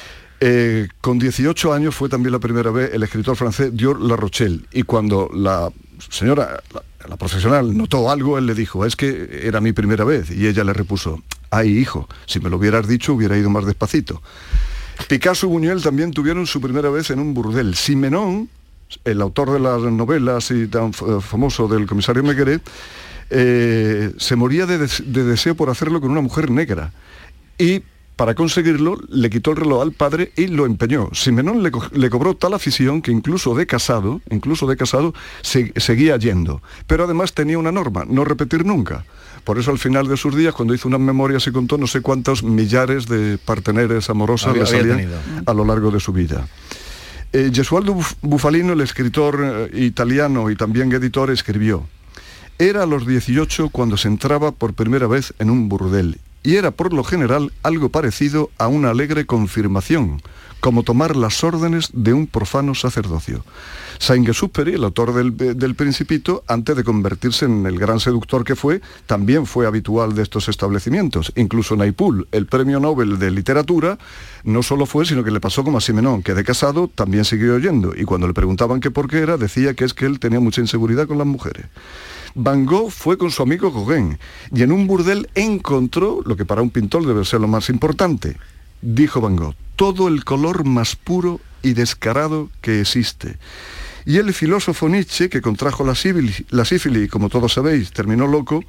Eh, con dieciocho años fue también la primera vez el escritor francés Dior La Rochelle, y cuando la señora, la, la profesional, notó algo, él le dijo: es que era mi primera vez, y ella le repuso: ay, hijo, si me lo hubieras dicho hubiera ido más despacito. Picasso y Buñuel también tuvieron su primera vez en un burdel. Simenon, el autor de las novelas y tan famoso del comisario Maigret, eh, se moría de, des- de deseo por hacerlo con una mujer negra. Y para conseguirlo, le quitó el reloj al padre y lo empeñó. Simenón le, co- le cobró tal afición que incluso de casado, incluso de casado, se- seguía yendo. Pero además tenía una norma, no repetir nunca. Por eso al final de sus días, cuando hizo unas memorias, se contó no sé cuántos millares de parteneres amorosas Había- le había salían tenido. a lo largo de su vida. Eh, Gesualdo Buf- Bufalino, el escritor eh, italiano y también editor, escribió: era a los dieciocho cuando se entraba por primera vez en un burdel, y era por lo general algo parecido a una alegre confirmación, como tomar las órdenes de un profano sacerdocio. Saint-Exupéry, el autor del, del Principito, antes de convertirse en el gran seductor que fue, también fue habitual de estos establecimientos. Incluso Naipaul, el premio Nobel de literatura, no solo fue, sino que le pasó como a Simenón, que de casado también siguió oyendo, y cuando le preguntaban que por qué era, decía que es que él tenía mucha inseguridad con las mujeres. Van Gogh fue con su amigo Gauguin, y en un burdel encontró lo que para un pintor debe ser lo más importante. Dijo Van Gogh: todo el color más puro y descarado que existe. Y el filósofo Nietzsche, que contrajo la sífilis, la sífilis y como todos sabéis, terminó loco,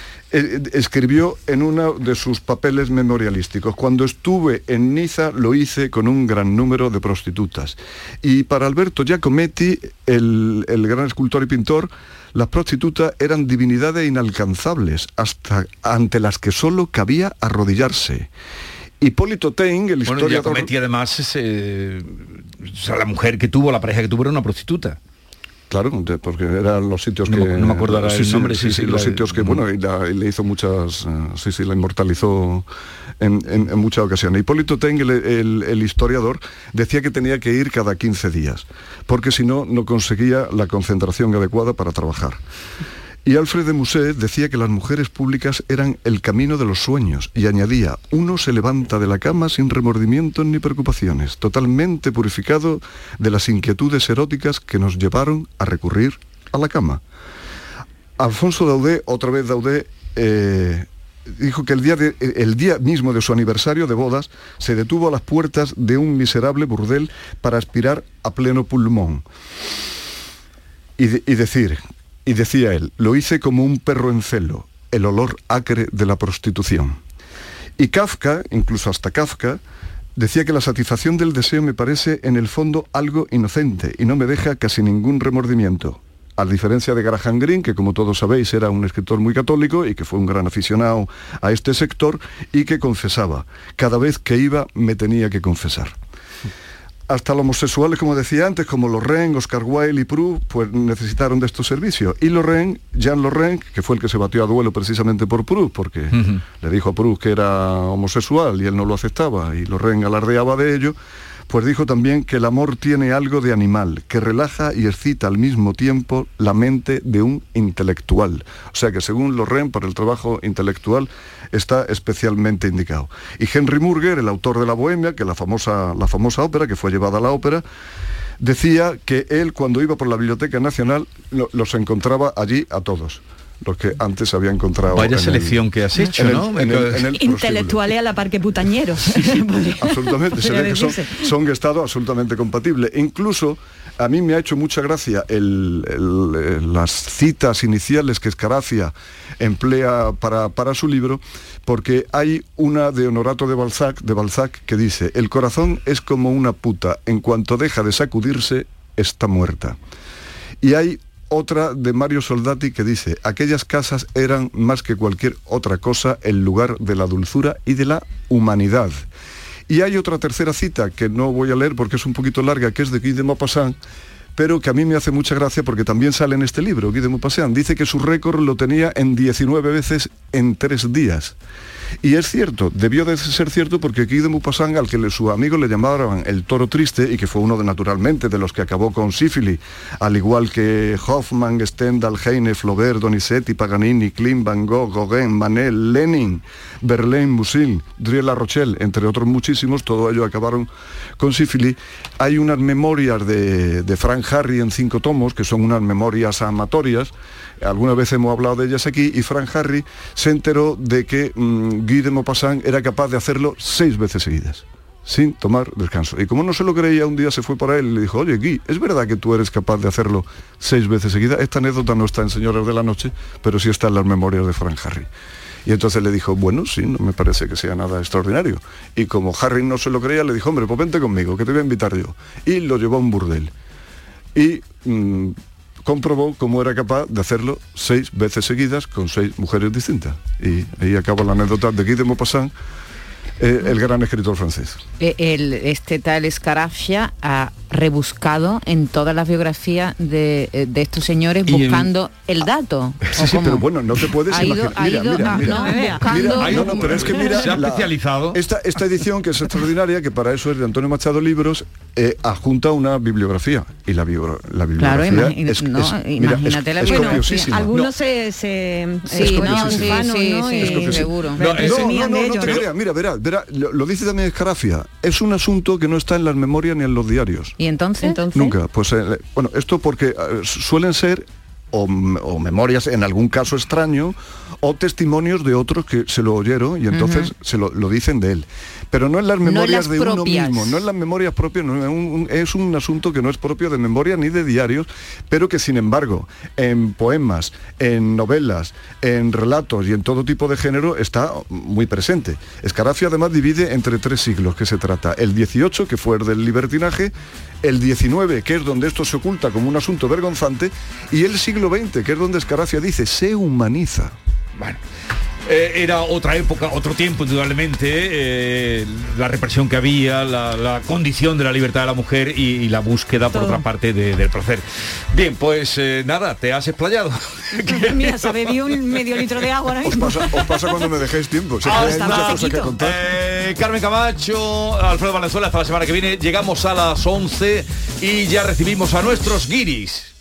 eh, escribió en uno de sus papeles memorialísticos: cuando estuve en Niza lo hice con un gran número de prostitutas. Y para Alberto Giacometti, el, el gran escultor y pintor, las prostitutas eran divinidades inalcanzables, hasta ante las que solo cabía arrodillarse. Hipólito Taine, el Bueno, historiador... Giacometti además es, eh, o sea, la mujer que tuvo, la pareja que tuvo era una prostituta. Claro, de- porque eran los sitios No que... me- no me acuerdo ahora sí, el sí, nombre, Sí, sí, sí, sí, los la- sitios que, bueno, y, la- y le hizo muchas... eh, sí, sí, la inmortalizó en, en- en muchas ocasiones. Hipólito Taine, el, el- el historiador, decía que tenía que ir cada quince días, porque si no, no conseguía la concentración adecuada para trabajar. Y Alfred de Musset decía que las mujeres públicas eran el camino de los sueños, y añadía: uno se levanta de la cama sin remordimientos ni preocupaciones, totalmente purificado de las inquietudes eróticas que nos llevaron a recurrir a la cama. Alfonso Daudet, otra vez Daudet, eh, dijo que el día, de, el día mismo de su aniversario de bodas se detuvo a las puertas de un miserable burdel para aspirar a pleno pulmón y, de- y decir... Y decía él: lo hice como un perro en celo, el olor acre de la prostitución. Y Kafka, incluso hasta Kafka, decía que la satisfacción del deseo me parece en el fondo algo inocente y no me deja casi ningún remordimiento. A diferencia de Graham Greene, que como todos sabéis era un escritor muy católico y que fue un gran aficionado a este sector y que confesaba: cada vez que iba me tenía que confesar. Hasta los homosexuales, como decía antes, como Lorraine, Oscar Wilde y Proust, pues necesitaron de estos servicios. Y Lorraine, Jean Lorraine, que fue el que se batió a duelo precisamente por Proust, porque Ujú. le dijo a Proust que era homosexual y él no lo aceptaba, y Lorraine alardeaba de ello, pues dijo también que el amor tiene algo de animal, que relaja y excita al mismo tiempo la mente de un intelectual. O sea que según Lorraine, para el trabajo intelectual está especialmente indicado. Y Henry Murger, el autor de La Bohemia, que la famosa, la famosa ópera, que fue llevada a la ópera, decía que él, cuando iba por la Biblioteca Nacional, lo- los encontraba allí a todos, los que antes había encontrado. Vaya en el- selección que has hecho, en el- ¿no? en el- en el Intelectuales a la par que putañeros. Absolutamente, se Podría ve que son, decirse. son estados absolutamente compatibles. E incluso a mí me ha hecho mucha gracia el- el- eh, las citas iniciales que Escaracia emplea para, para su libro, porque hay una de Honorato de Balzac, de Balzac que dice: el corazón es como una puta, en cuanto deja de sacudirse, está muerta. Y hay otra de Mario Soldati que dice: aquellas casas eran más que cualquier otra cosa el lugar de la dulzura y de la humanidad. Y hay otra tercera cita que no voy a leer porque es un poquito larga, que es de Guy de Maupassant, pero que a mí me hace mucha gracia porque también sale en este libro. Guy de Maupassant dice que su récord lo tenía en diecinueve veces en tres días. Y es cierto, debió de ser cierto, porque Guy de Maupassant, al que le, sus amigos le llamaban el toro triste, y que fue uno de, naturalmente, de los que acabó con sífilis, al igual que Hoffmann, Stendhal, Heine, Flaubert, Donizetti, Paganini, Klimt, Van Gogh, Gauguin, Manet, Lenin, Verlaine, Musil, Driel-La Rochelle, entre otros muchísimos, todos ellos acabaron con sífilis. Hay unas memorias de, de Frank Harry en cinco tomos, que son unas memorias amatorias. Alguna vez hemos hablado de ellas aquí, y Frank Harry se enteró de que mmm, Guy de Maupassant era capaz de hacerlo seis veces seguidas. sin tomar descanso. Y como no se lo creía, un día se fue para él y le dijo, oye, Guy, ¿es verdad que tú eres capaz de hacerlo seis veces seguidas? Esta anécdota no está en Señores de la Noche, pero sí está en las memorias de Frank Harry. Y entonces le dijo, bueno, sí, no me parece que sea nada extraordinario. Y como Harry no se lo creía, le dijo, hombre, pues vente conmigo, que te voy a invitar yo. Y lo llevó a un burdel. Y mmm, comprobó cómo era capaz de hacerlo seis veces seguidas con seis mujeres distintas. Y ahí acaba la anécdota de Guy de Maupassant, eh, el gran escritor francés. El, este tal Scarafia ha rebuscado en todas las biografías de, de estos señores buscando el, el dato. Sí, sí, pero bueno, no te puedes ha imaginar. Ido, mira, mira, a, mira, no, mira, buscando, mira, no, no, pero es que mira, se ha la, especializado. Esta, esta edición, que es extraordinaria, que para eso es de Antonio Machado Libros, eh, adjunta una bibliografía. Y la, bio, la bibliografía claro, imagina, es, no, es, imagínate mira, la es, es bueno, sí, algunos no. se, se sí, es no, sí, fanos, sí, ¿no? sí, Y, seguro. No, no, no, no, no te creas, mira, verá, verá, lo, lo dice también Scarafia, es un asunto que no está en las memorias ni en los diarios. ¿Y entonces? ¿Entonces? Nunca, pues eh, bueno, esto porque eh, suelen ser o, o memorias en algún caso extraño o testimonios de otros que se lo oyeron y entonces uh-huh. se lo, lo dicen de él. Pero no en las memorias no en las de propias. Uno mismo, no en las memorias propias, no, es, un, es un asunto que no es propio de memoria ni de diarios, pero que sin embargo en poemas, en novelas, en relatos y en todo tipo de género está muy presente. Scarafia además divide entre tres siglos que se trata. El dieciocho, que fue el del libertinaje, el diecinueve, que es donde esto se oculta como un asunto vergonzante, y el siglo veinte, que es donde Scarafia dice, se humaniza. Bueno, eh, era otra época, otro tiempo, indudablemente, eh, la represión que había, la, la condición de la libertad de la mujer y, y la búsqueda, por Todo. otra parte, de, del placer. Bien, pues eh, nada, te has explayado. Mira, se bebió un medio litro de agua ahora mismo. Os pasa, os pasa cuando me dejéis tiempo. Si ah, hay muchas cosas que contar. Eh, Carmen Camacho, Alfredo Valenzuela, hasta la semana que viene. Llegamos a las once y ya recibimos a nuestros guiris.